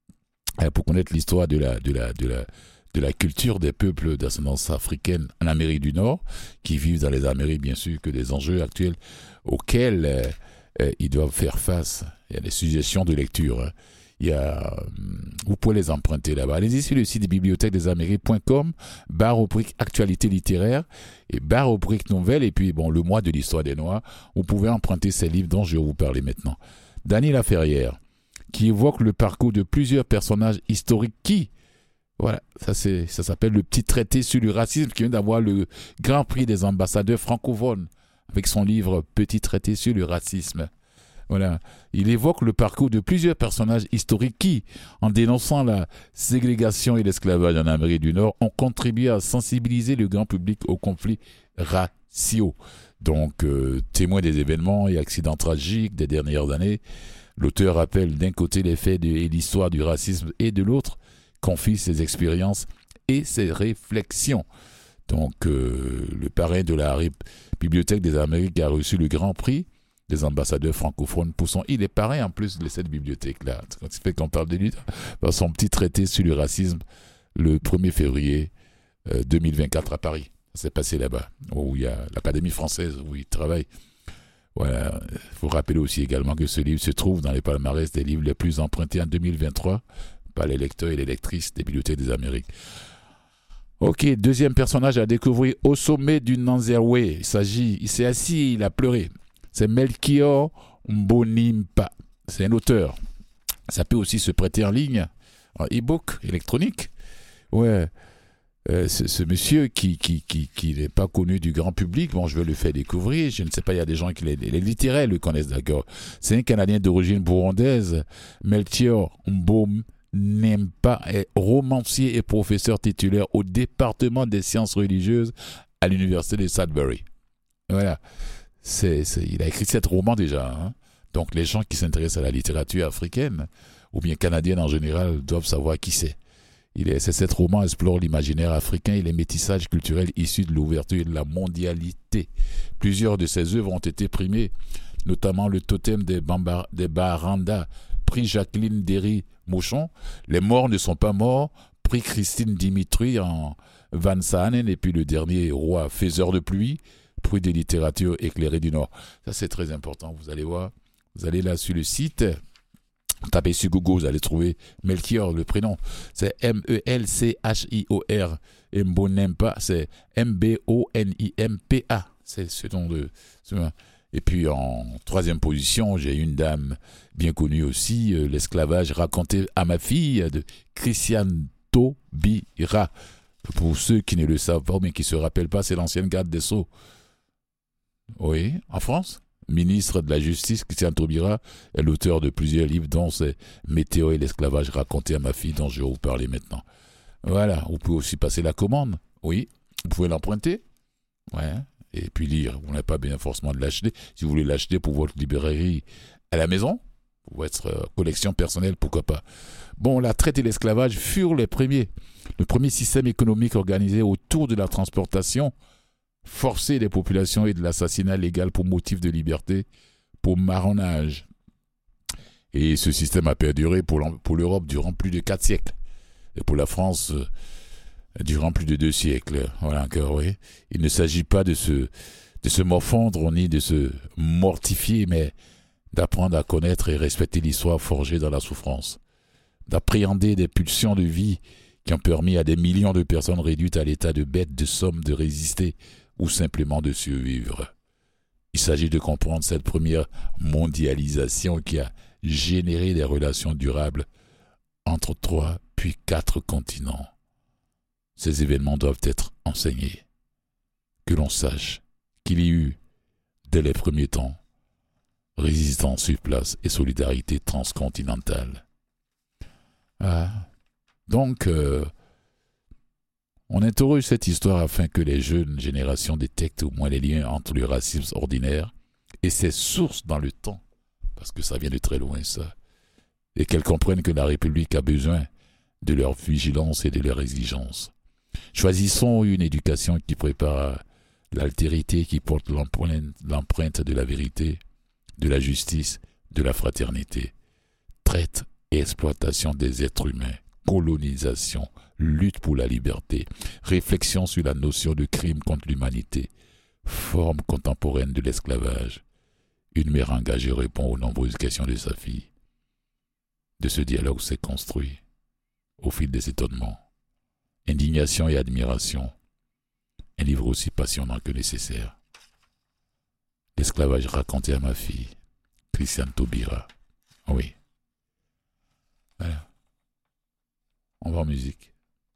pour connaître l'histoire de la, de la, de la, de la culture des peuples d'ascendance africaine en Amérique du Nord, qui vivent dans les Amériques, bien sûr, que des enjeux actuels auxquels euh, euh, ils doivent faire face. Il y a des suggestions de lecture, hein. Il y a, vous pouvez les emprunter là-bas. Allez-y sur le site des bibliothèques des Amériques point com, barre rubrique actualité littéraire et barre rubrique nouvelle, et puis bon, le mois de l'histoire des Noirs. Vous pouvez emprunter ces livres dont je vais vous parler maintenant. Dany Laferrière, qui évoque le parcours de plusieurs personnages historiques qui, voilà, ça, c'est, ça s'appelle le petit traité sur le racisme, qui vient d'avoir le grand prix des ambassadeurs francophones avec son livre Petit traité sur le racisme. Voilà. Il évoque le parcours de plusieurs personnages historiques qui, en dénonçant la ségrégation et l'esclavage en Amérique du Nord, ont contribué à sensibiliser le grand public aux conflits raciaux. Donc, euh, témoin des événements et accidents tragiques des dernières années, l'auteur rappelle d'un côté les faits de, et l'histoire du racisme et de l'autre, confie ses expériences et ses réflexions. Donc, euh, le parrain de la Bibliothèque des Amériques a reçu le grand prix des ambassadeurs francophones pour son... Il est pareil en plus de cette bibliothèque-là. Quand il fait qu'on parle de lui, dans son petit traité sur le racisme, le premier février euh, deux mille vingt-quatre à Paris. Ça s'est passé là-bas, où il y a l'Académie française, où il travaille. Voilà. Il faut rappeler aussi également que ce livre se trouve dans les palmarès des livres les plus empruntés en deux mille vingt-trois par les lecteurs et les lectrices des bibliothèques des Amériques. Ok, deuxième personnage à découvrir au sommet du Nanzerwe. Il s'agit, il s'est assis, il a pleuré. C'est Melchior Mbonimpa. C'est un auteur. Ça peut aussi se prêter en ligne, en e-book électronique. Ouais. Euh, ce, ce monsieur qui, qui, qui, qui n'est pas connu du grand public, bon, je vais le faire découvrir. Je ne sais pas, il y a des gens qui les, les littéraires le connaissent, d'accord. C'est un Canadien d'origine burundaise, Melchior Mbonimpa, est romancier et professeur titulaire au département des sciences religieuses à l'université de Sudbury. Voilà. C'est, c'est, il a écrit sept romans déjà. Hein. Donc les gens qui s'intéressent à la littérature africaine, ou bien canadienne en général, doivent savoir qui c'est. Il est, ces sept romans explorent l'imaginaire africain et les métissages culturels issus de l'ouverture et de la mondialité. Plusieurs de ses œuvres ont été primées, notamment Le Totem des, Bamba, des Baranda, prix Jacqueline Derry-Mauchon, Les morts ne sont pas morts, prix Christine Dimitri en Van Saanen, et puis le dernier Roi Faiseur de pluie, prix de littérature éclairée du Nord. Ça c'est très important, vous allez voir. Vous allez là sur le site, tapez sur Google, vous allez trouver Melchior, le prénom. C'est M E L C H I O R. Et Mbonimpa, c'est M B O N I M P A. C'est ce nom de... Et puis en troisième position, j'ai une dame bien connue aussi, euh, L'esclavage raconté à ma fille, de Christiane Taubira. Pour ceux qui ne le savent pas, mais qui ne se rappellent pas, c'est l'ancienne garde des Sceaux. Oui, en France. Ministre de la Justice, Christiane Taubira, est l'auteur de plusieurs livres, dont c'est Météo et l'esclavage raconté à ma fille, dont je vais vous parler maintenant. Voilà, vous pouvez aussi passer la commande. Oui, vous pouvez l'emprunter. Ouais, et puis lire. Vous n'avez pas bien forcément de l'acheter. Si vous voulez l'acheter pour votre librairie à la maison, pour votre euh, collection personnelle, pourquoi pas. Bon, la traite et l'esclavage furent les premiers. Le premier système économique organisé autour de la transportation forcer des populations et de l'assassinat légal pour motif de liberté, pour marronnage. Et ce système a perduré pour, pour l'Europe durant plus de quatre siècles. Et pour la France, euh, durant plus de deux siècles. Voilà encore, oui. Il ne s'agit pas de se, de se morfondre ni de se mortifier, mais d'apprendre à connaître et respecter l'histoire forgée dans la souffrance. D'appréhender des pulsions de vie qui ont permis à des millions de personnes réduites à l'état de bêtes de somme de résister ou simplement de survivre. Il s'agit de comprendre cette première mondialisation qui a généré des relations durables entre trois puis quatre continents. Ces événements doivent être enseignés. Que l'on sache qu'il y eut, dès les premiers temps, résistance sur place et solidarité transcontinentale. Ah, donc, euh, on interroge cette histoire afin que les jeunes générations détectent au moins les liens entre le racisme ordinaire et ses sources dans le temps, parce que ça vient de très loin, ça, et qu'elles comprennent que la République a besoin de leur vigilance et de leur exigence. Choisissons une éducation qui prépare l'altérité, qui porte l'empreinte, l'empreinte de la vérité, de la justice, de la fraternité. Traite et exploitation des êtres humains, colonisation, lutte pour la liberté, réflexion sur la notion de crime contre l'humanité, forme contemporaine de l'esclavage. Une mère engagée répond aux nombreuses questions de sa fille. De ce dialogue s'est construit, au fil des étonnements, indignation et admiration, un livre aussi passionnant que nécessaire. L'esclavage raconté à ma fille, Christiane Taubira. Oui. Voilà. On va en musique.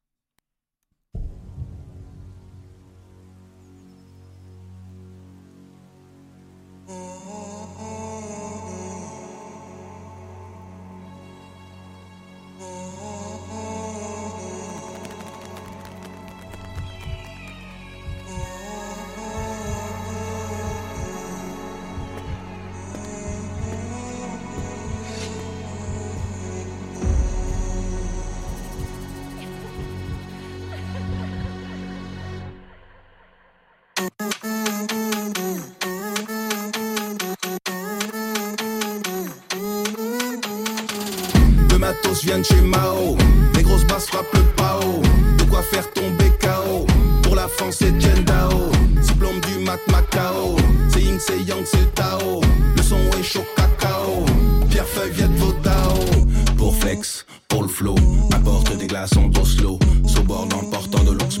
Viens de chez Mao, les grosses basses frappent le pao. De quoi faire tomber K O. Pour la France c'est Dao. Diplôme du Mac Macao. C'est Ying, c'est Yang, c'est Tao. Le son est chaud cacao. Pierre Feuille, Viet Vodao. Pour flex, pour le flow. Apporte des glaçons d'Oslo. Saut bord dans le portant de l'Oxbow.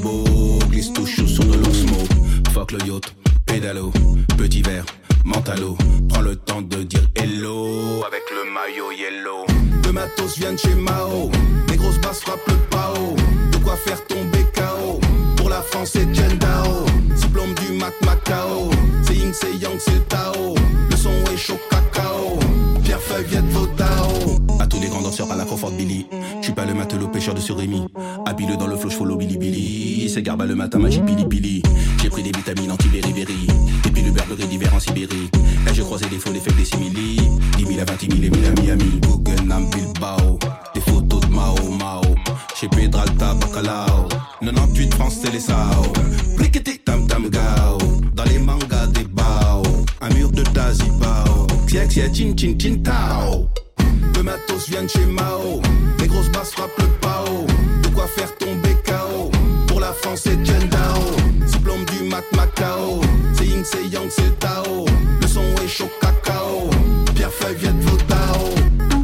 l'Oxmo, glisse tout chaud sur de l'Oxmo. Fuck le yacht, pédalo, petit verre, mentalo. Prends le temps de dire hello avec le maillot yellow. Le matos vient de chez Mao, les grosses basses frappent le pao. De quoi faire tomber K O. Pour la France c'est Jendao, diplôme du Mac Macao. C'est Ying, c'est Yang, c'est Tao. Le son est chaud cacao. Pierre Feuille, Viet Vodao. À tous les grands danseurs à la Crawford Billy. J'suis pas le matelot pêcheur de surrémi. Habile dans le flow, j'follow Billy Billy. C'est garba le matin, magie pili pili. J'ai pris des vitamines anti-beriberi. Et puis le Burberry d'hiver en Sibérie. Là j'ai croisé des faux, des faibles, des simili. dix mille à vingt mille et mille à Miami. Guggenheim, Bilbao. Des photos de Mao Mao. Chez Pedralta, Bacalao. quatre-vingt-dix-huit France, c'est les Sao. Pliqueté, tam tam gao. Dans les mangas des bao. Un mur de Dazibao. Xiax, xia, chin chin chin tao. Le matos vient de chez Mao. Les grosses basses frappent le pao. De quoi faire tomber K O. Pour la France c'est Jendao. Diplôme du Mac Macao. C'est Ying, c'est Yang, c'est Tao. Le son est chaud cacao. Pierre Feuille, Viet Vodao.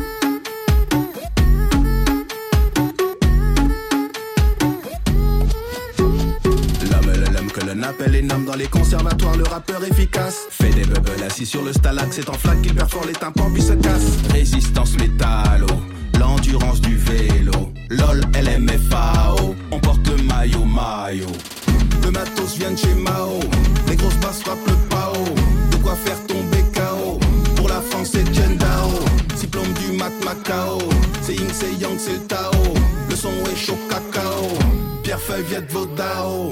Que l'on appelle les noms dans les conservatoires, le rappeur efficace. Fait des bubbles assis sur le stalag, c'est en flaque qu'il perfore les tympans puis se casse. Résistance métallo, l'endurance du vélo. LOL, L M F A O, on porte le maillot maillot. Le matos vient de chez Mao, les grosses basses frappent le pao. De quoi faire tomber K O. Pour la France c'est Jendao, diplôme du Mac Macao. C'est Ying, c'est Yang, c'est Tao. Le son est chaud cacao. Pierre Feuille, Viet Vodao.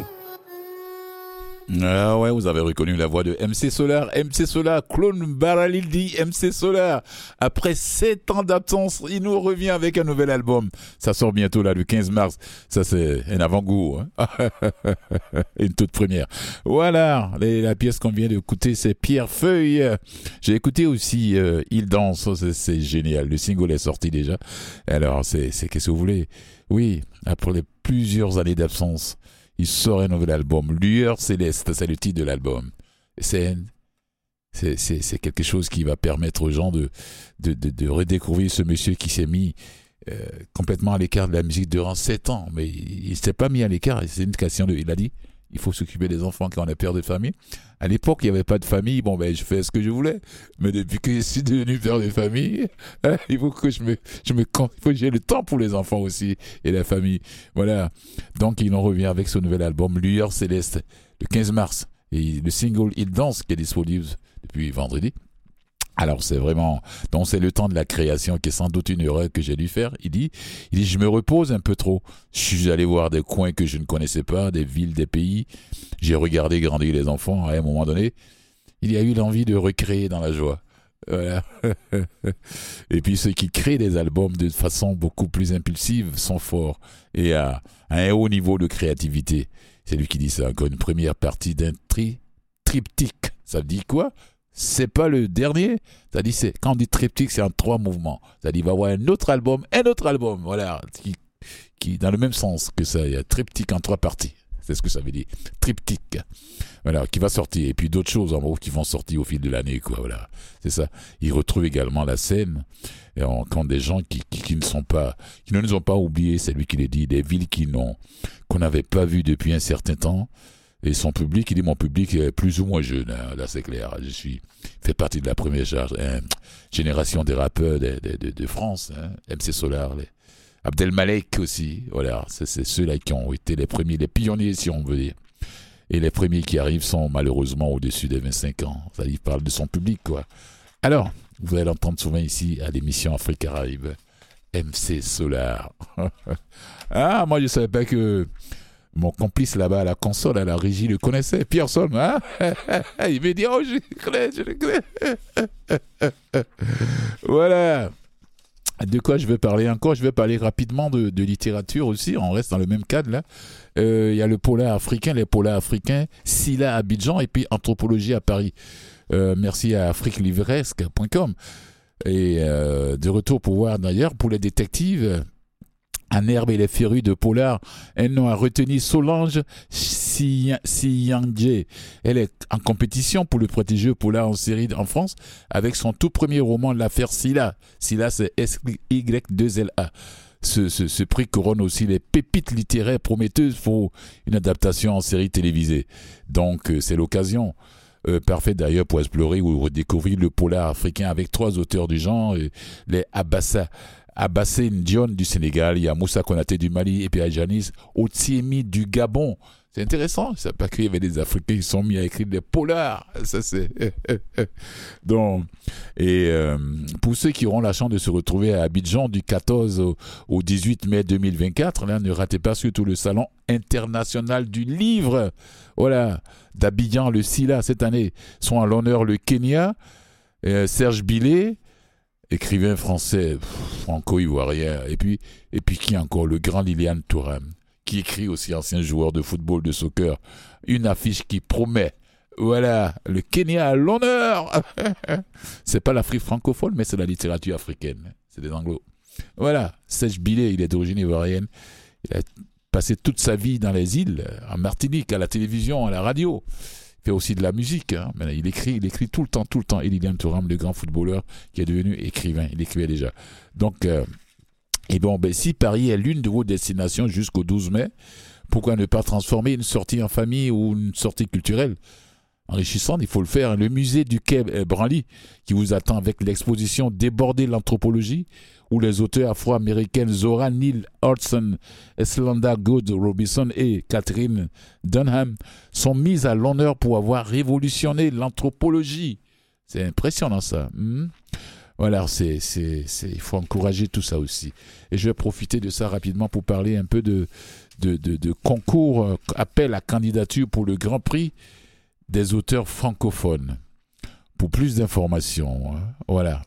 Ah ouais, vous avez reconnu la voix de M C Solar. M C Solar, clone Baralildi, M C Solar. Après sept ans d'absence, il nous revient avec un nouvel album. Ça sort bientôt là, le quinze mars. Ça c'est un avant-goût, hein. Une toute première. Voilà, les, la pièce qu'on vient d'écouter, c'est Pierre Feuille. J'ai écouté aussi euh, Il danse, c'est, c'est génial. Le single est sorti déjà. Alors, c'est, c'est qu'est-ce que vous voulez? Oui, après les plusieurs années d'absence, il sort un nouvel album. Lueur Céleste, c'est le titre de l'album. C'est, c'est, c'est, c'est quelque chose qui va permettre aux gens de, de, de, de redécouvrir ce monsieur qui s'est mis euh, complètement à l'écart de la musique durant sept ans. Mais il ne s'est pas mis à l'écart. C'est une question de... Il a dit, il faut s'occuper des enfants quand on a peur de famille. À l'époque, il n'y avait pas de famille. Bon, ben, je fais ce que je voulais. Mais depuis que je suis devenu père de famille, hein, il faut que je me, je me, il faut que j'ai le temps pour les enfants aussi et la famille. Voilà. Donc, il en revient avec ce nouvel album, Lueur Céleste, le quinze mars. Et le single Il danse, qui est disponible depuis vendredi. Alors, c'est vraiment, donc c'est le temps de la création qui est sans doute une erreur que j'ai dû faire. Il dit, il dit, je me repose un peu trop. Je suis allé voir des coins que je ne connaissais pas, des villes, des pays. J'ai regardé grandir les enfants. À un moment donné, il y a eu l'envie de recréer dans la joie. Voilà. Et puis, ceux qui créent des albums de façon beaucoup plus impulsive sont forts et à, à un haut niveau de créativité. C'est lui qui dit ça. Encore une première partie d'un tri, triptyque. Ça dit quoi? C'est pas le dernier. Ça dit, c'est, quand on dit triptyque, c'est en trois mouvements. Ça dit, il va y avoir un autre album, un autre album. Voilà. Qui, qui, dans le même sens que ça. Il y a triptyque en trois parties. C'est ce que ça veut dire. Triptyque. Voilà. Qui va sortir. Et puis d'autres choses, en gros, qui vont sortir au fil de l'année, quoi. Voilà. C'est ça. Il retrouve également la scène. Et on compte des gens qui, qui, qui ne sont pas, qui ne nous ont pas oubliés. C'est lui qui le dit. Des villes qui n'ont, qu'on n'avait pas vues depuis un certain temps. Et son public, il dit mon public est plus ou moins jeune, hein, là c'est clair. Je suis fait partie de la première charge, hein, génération des rappeurs de, de, de, de France, hein, M C Solar, les, Abdelmalek aussi, voilà, c'est, c'est ceux-là qui ont été les premiers, les pionniers si on veut dire. Et les premiers qui arrivent sont malheureusement au-dessus des vingt-cinq ans. Ça, il parle de son public, quoi. Alors, vous allez l'entendre souvent ici à l'émission Afrique Caraïbe, M C Solar. Ah, moi je savais pas que mon complice là-bas à la console, à la régie, le connaissait. Pierre Solm, hein? Il m'a dit, oh, je le connais, je le connais. Voilà. De quoi je vais parler encore? Je vais parler rapidement de, de littérature aussi. On reste dans le même cadre, là. Il euh, y a le polar africain, les polars africains, Silla à Abidjan et puis Anthropologie à Paris. Euh, merci à afrique livresque point com. Et euh, de retour pour voir d'ailleurs, pour les détectives... En herbe et les férus de polar, un nom a retenu Solange Siyangye. Elle est en compétition pour le prestigieux polar en série en France avec son tout premier roman, L'affaire Silla. Silla, c'est S Y deux L A. ce, ce, ce prix couronne aussi les pépites littéraires prometteuses pour une adaptation en série télévisée. Donc, euh, c'est l'occasion euh, parfaite d'ailleurs pour explorer ou redécouvrir le polar africain avec trois auteurs du genre, euh, les Abassa. Abassé Ndione du Sénégal, il y a Moussa Konaté du Mali et puis Ajanis Otiemi du Gabon. C'est intéressant, je ne savais pas qu'il y avait des Africains qui sont mis à écrire des polars. Ça, c'est... Donc, et euh, pour ceux qui auront la chance de se retrouver à Abidjan du quatorze au, au dix-huit mai deux mille vingt-quatre, là, ne ratez pas surtout le Salon international du livre. Voilà, d'Abidjan, le SILA, cette année, sont à l'honneur le Kenya, euh, Serge Billet, écrivain français, franco-ivoirien, et puis, et puis qui encore, le grand Liliane Thuram, qui écrit aussi ancien joueur de football, de soccer, une affiche qui promet, voilà, le Kenya à l'honneur. C'est pas l'Afrique francophone, mais c'est la littérature africaine, c'est des anglos. Voilà, Serge Billet, il est d'origine ivoirienne, il a passé toute sa vie dans les îles, en Martinique, à la télévision, à la radio. Il fait aussi de la musique, hein. Il écrit, il écrit tout le temps, tout le temps. Et Liliane Thuram, le grand footballeur qui est devenu écrivain, il écrivait déjà. Donc, euh, et bon, ben, si Paris est l'une de vos destinations jusqu'au douze mai, pourquoi ne pas transformer une sortie en famille ou une sortie culturelle enrichissante? Il faut le faire. Le musée du Quai Branly qui vous attend avec l'exposition Déborder l'anthropologie, où les auteurs afro-américaines Zora Neale Hurston, Eslanda Good Robinson et Catherine Dunham sont mises à l'honneur pour avoir révolutionné l'anthropologie. C'est impressionnant ça. Hmm? Voilà, c'est, c'est, c'est, il faut encourager tout ça aussi. Et je vais profiter de ça rapidement pour parler un peu de, de, de, de concours, euh, appel à candidature pour le Grand Prix des auteurs francophones. Pour plus d'informations, hein, voilà.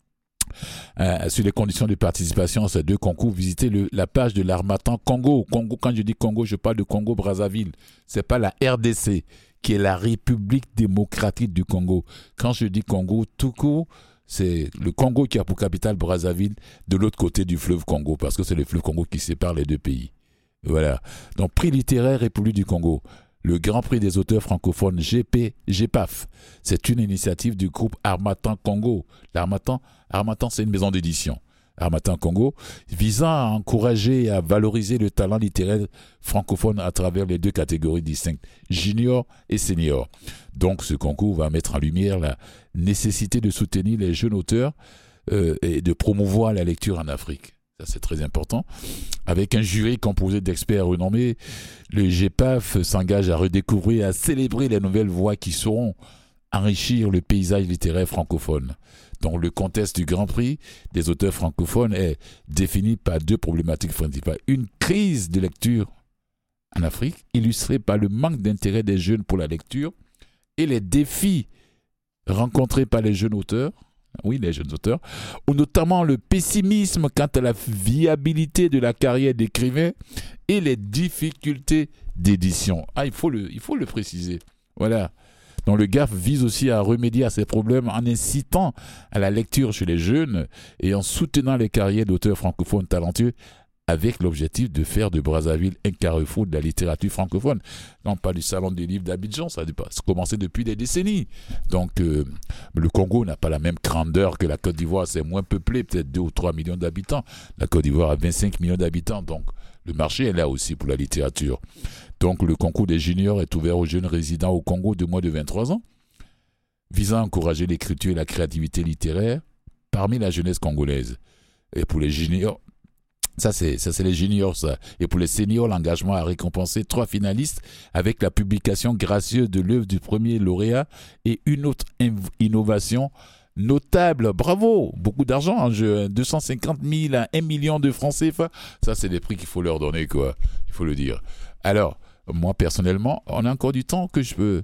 Euh, sur les conditions de participation à ces deux concours, visitez le, la page de l'Harmattan Congo. Congo. Quand je dis Congo, je parle de Congo-Brazzaville. C'est pas la R D C, qui est la République démocratique du Congo. Quand je dis Congo, tout court, c'est le Congo qui a pour capitale Brazzaville, de l'autre côté du fleuve Congo, parce que c'est le fleuve Congo qui sépare les deux pays. Voilà. Donc, prix littéraire République du Congo. Le Grand Prix des auteurs francophones G P, G P A F. C'est une initiative du groupe Harmattan Congo. L'Harmattan, Harmattan, c'est une maison d'édition. Harmattan Congo, visant à encourager et à valoriser le talent littéraire francophone à travers les deux catégories distinctes, junior et senior. Donc, ce concours va mettre en lumière la nécessité de soutenir les jeunes auteurs euh, et de promouvoir la lecture en Afrique. Ça, c'est très important. Avec un jury composé d'experts renommés, le G P A F s'engage à redécouvrir et à célébrer les nouvelles voix qui sauront enrichir le paysage littéraire francophone. Donc, le contexte du Grand Prix des auteurs francophones est défini par deux problématiques principales. Une crise de lecture en Afrique, illustrée par le manque d'intérêt des jeunes pour la lecture et les défis rencontrés par les jeunes auteurs. Oui, les jeunes auteurs, ou notamment le pessimisme quant à la viabilité de la carrière d'écrivain et les difficultés d'édition. Ah, il faut le, il faut le préciser. Voilà. Donc le G A F vise aussi à remédier à ces problèmes en incitant à la lecture chez les jeunes et en soutenant les carrières d'auteurs francophones talentueux avec l'objectif de faire de Brazzaville un carrefour de la littérature francophone. Non, pas du salon des livres d'Abidjan, ça a commencé depuis des décennies. Donc, euh, le Congo n'a pas la même grandeur que la Côte d'Ivoire, c'est moins peuplé, peut-être deux ou trois millions d'habitants. La Côte d'Ivoire a vingt-cinq millions d'habitants, donc le marché est là aussi pour la littérature. Donc, le concours des juniors est ouvert aux jeunes résidents au Congo de moins de vingt-trois ans, visant à encourager l'écriture et la créativité littéraire parmi la jeunesse congolaise. Et pour les juniors, Ça c'est, ça, c'est les juniors, ça. Et pour les seniors, l'engagement a récompensé trois finalistes avec la publication gracieuse de l'œuvre du premier lauréat et une autre inv- innovation notable. Bravo! Beaucoup d'argent en jeu. deux cent cinquante mille à un million de francs C F A. Ça, c'est des prix qu'il faut leur donner, quoi. Il faut le dire. Alors, moi, personnellement, on a encore du temps que je peux...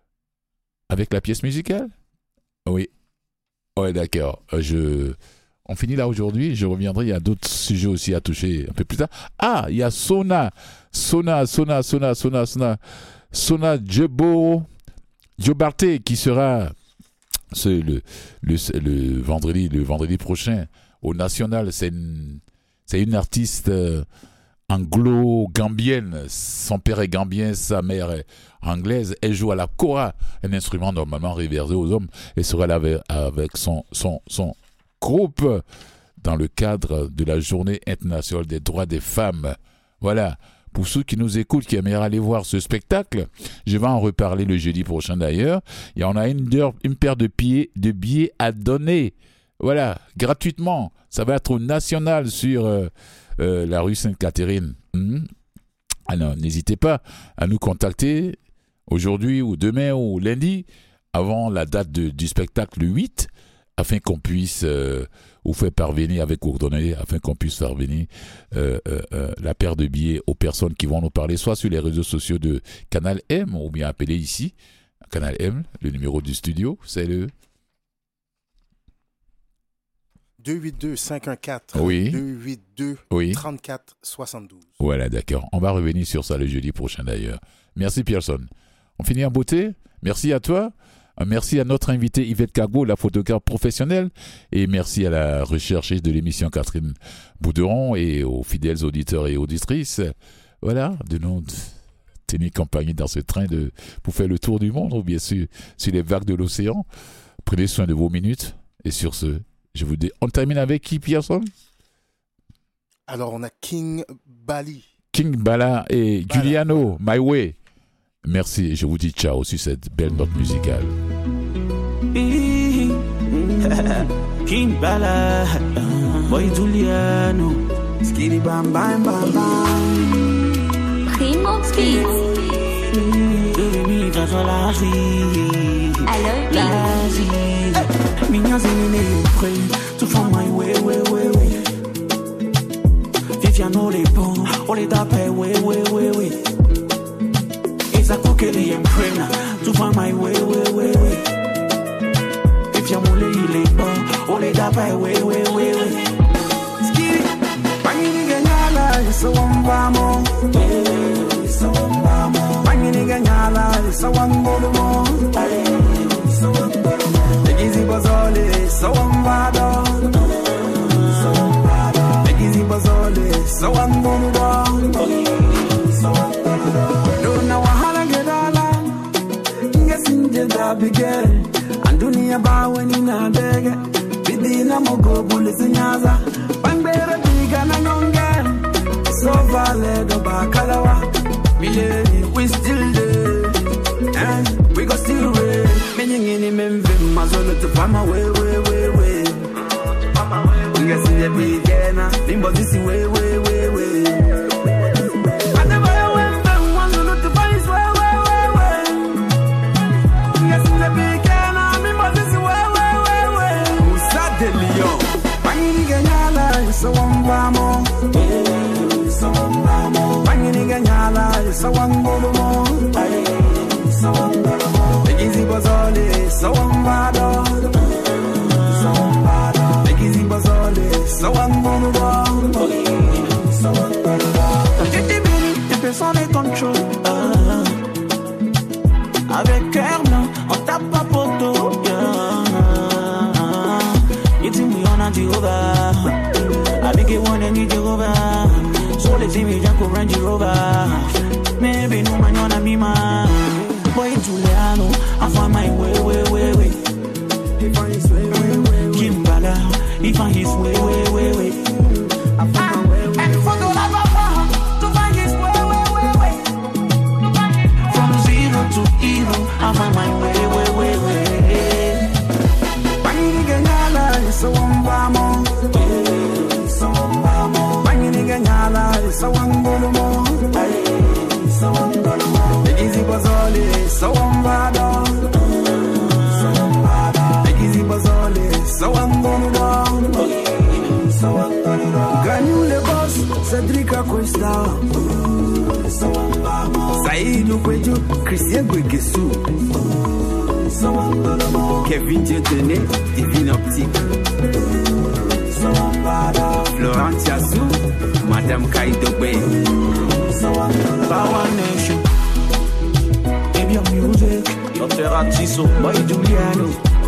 Avec la pièce musicale? Oui. Ouais, d'accord. Je... On finit là aujourd'hui, je reviendrai, il y a d'autres sujets aussi à toucher un peu plus tard. Ah, il y a Sona, Sona, Sona, Sona, Sona, Sona, Sona Djebo, Djobarte qui sera ce, le, le, le, vendredi, le vendredi prochain au National. C'est une, c'est une artiste euh, anglo-gambienne. Son père est gambien, sa mère est anglaise. Elle joue à la kora, un instrument normalement réservé aux hommes. Elle sera là avec, avec son, son, son groupe dans le cadre de la Journée internationale des droits des femmes. Voilà. Pour ceux qui nous écoutent, qui aimeraient aller voir ce spectacle, je vais en reparler le jeudi prochain d'ailleurs. Et on a une, une paire de, pieds, de billets à donner. Voilà, gratuitement. Ça va être national sur euh, euh, la rue Sainte-Catherine. Mmh. Alors, n'hésitez pas à nous contacter aujourd'hui ou demain ou lundi, avant la date de, du spectacle le huit, afin qu'on puisse euh, vous faire parvenir avec coordonnées, afin qu'on puisse faire venir euh, euh, euh, la paire de billets aux personnes qui vont nous parler, soit sur les réseaux sociaux de Canal M, ou bien appeler ici, Canal M, le numéro du studio, c'est le... deux huit deux cinq un quatre Oui. deux huit deux Oui. trente-quatre soixante-douze. Voilà, d'accord. On va revenir sur ça le jeudi prochain d'ailleurs. Merci Pearson. On finit en beauté. Merci à toi. Merci à notre invité Yvette Cargo, la photographe professionnelle, et merci à la recherchiste de l'émission Catherine Bouderon et aux fidèles auditeurs et auditrices, voilà, de nous tenir compagnie dans ce train de, pour faire le tour du monde, ou bien sûr sur les vagues de l'océan. Prenez soin de vos minutes, et sur ce, je vous dis, on termine avec qui, Pearson? Alors, on a King Bali. King Bala et Bala. Giuliano, My Way. Merci, et je vous dis ciao sur cette belle note musicale. King Bala, Boy Giuliano, Skitty Bam Bam Bam Bam. Primo Beats. Baby, that's all I see. I love La vie, mignon zénéné, prêt, tout for my way, way, way, way. Viviano les bons, on les tapait, way, way, way, way. Isa kokeli emprena, tout for my way, way, way, way. Viviano les les bons, on les tapait, way, way, way, way. Ski, pagini ganyala, isa wambamo, isa wambamo. Pagini ganyala, isa wambamo. Easy Bazole, so I'm bad. Easy Bazole, so I'm bad. Don't know how to get all. Guessing the bigger. And dunia ba when in a deg. Bidina mogo bullets in Yaza. Bangbera bigger na younger. So valid the Bacalawa. We still there. And we go still real. Meaning in him and Vim, my son to farm away, way, way, way. We get in the beginner, Limbo this way, way, way, way. I never went down, one to find his way, way, way, way. We get in the beginner, Limbo this way, way, way, way. Who's that the Leon? Banging Ganyala, so one bamo. So one bamo. Banging Ganyala, so one bolo. So one bolo. Easy Bazole, so I'm bad. So I'm bad. Easy Bazole, so I'm bad. So I'm bad. Tu t'es béni, tu peux s'en les contrôle. Avec cœur, non, on tape pas poteau. You think we on a Jehovah? I make it one and you Jehovah. So let's see me just go run Jehovah. Maybe no man wanna be mine. Boy Giuliano, I find my way, way, way, way. He find his way, way, way, way. Kimbala, he find his way, way, way, way. I find my way, way, and for the love of God, to find his way, way, way, way. From zero to hero, I find my way, way, way, way. Banging Ganyala, so I'm bamo. So I'm bamo. Banging Ganyala, so I'm bolo. So I'm bolo. Easy Bazole, so I'm bad. So I'm bad. Easy Bazole, so I'm bad. So I'm bad. Ganyu le boss, Cedric Acosta. So I'm bad. Saïdou Kwejo, Christian Gwegesu. So I'm bad. Kevin Dieudonné, Divine Optique. So I'm bad. Florent Yassou, Madame Kaidogbe. So I'm bad. Power Nation. Your music, your Ferratiso, Boy Giuliano.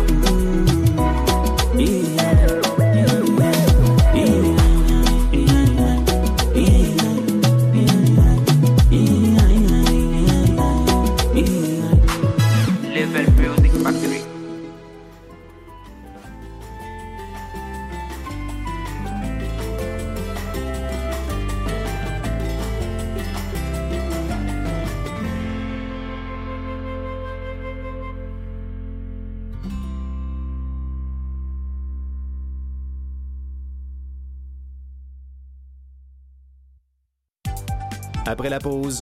Level Music Factory. Après la pause,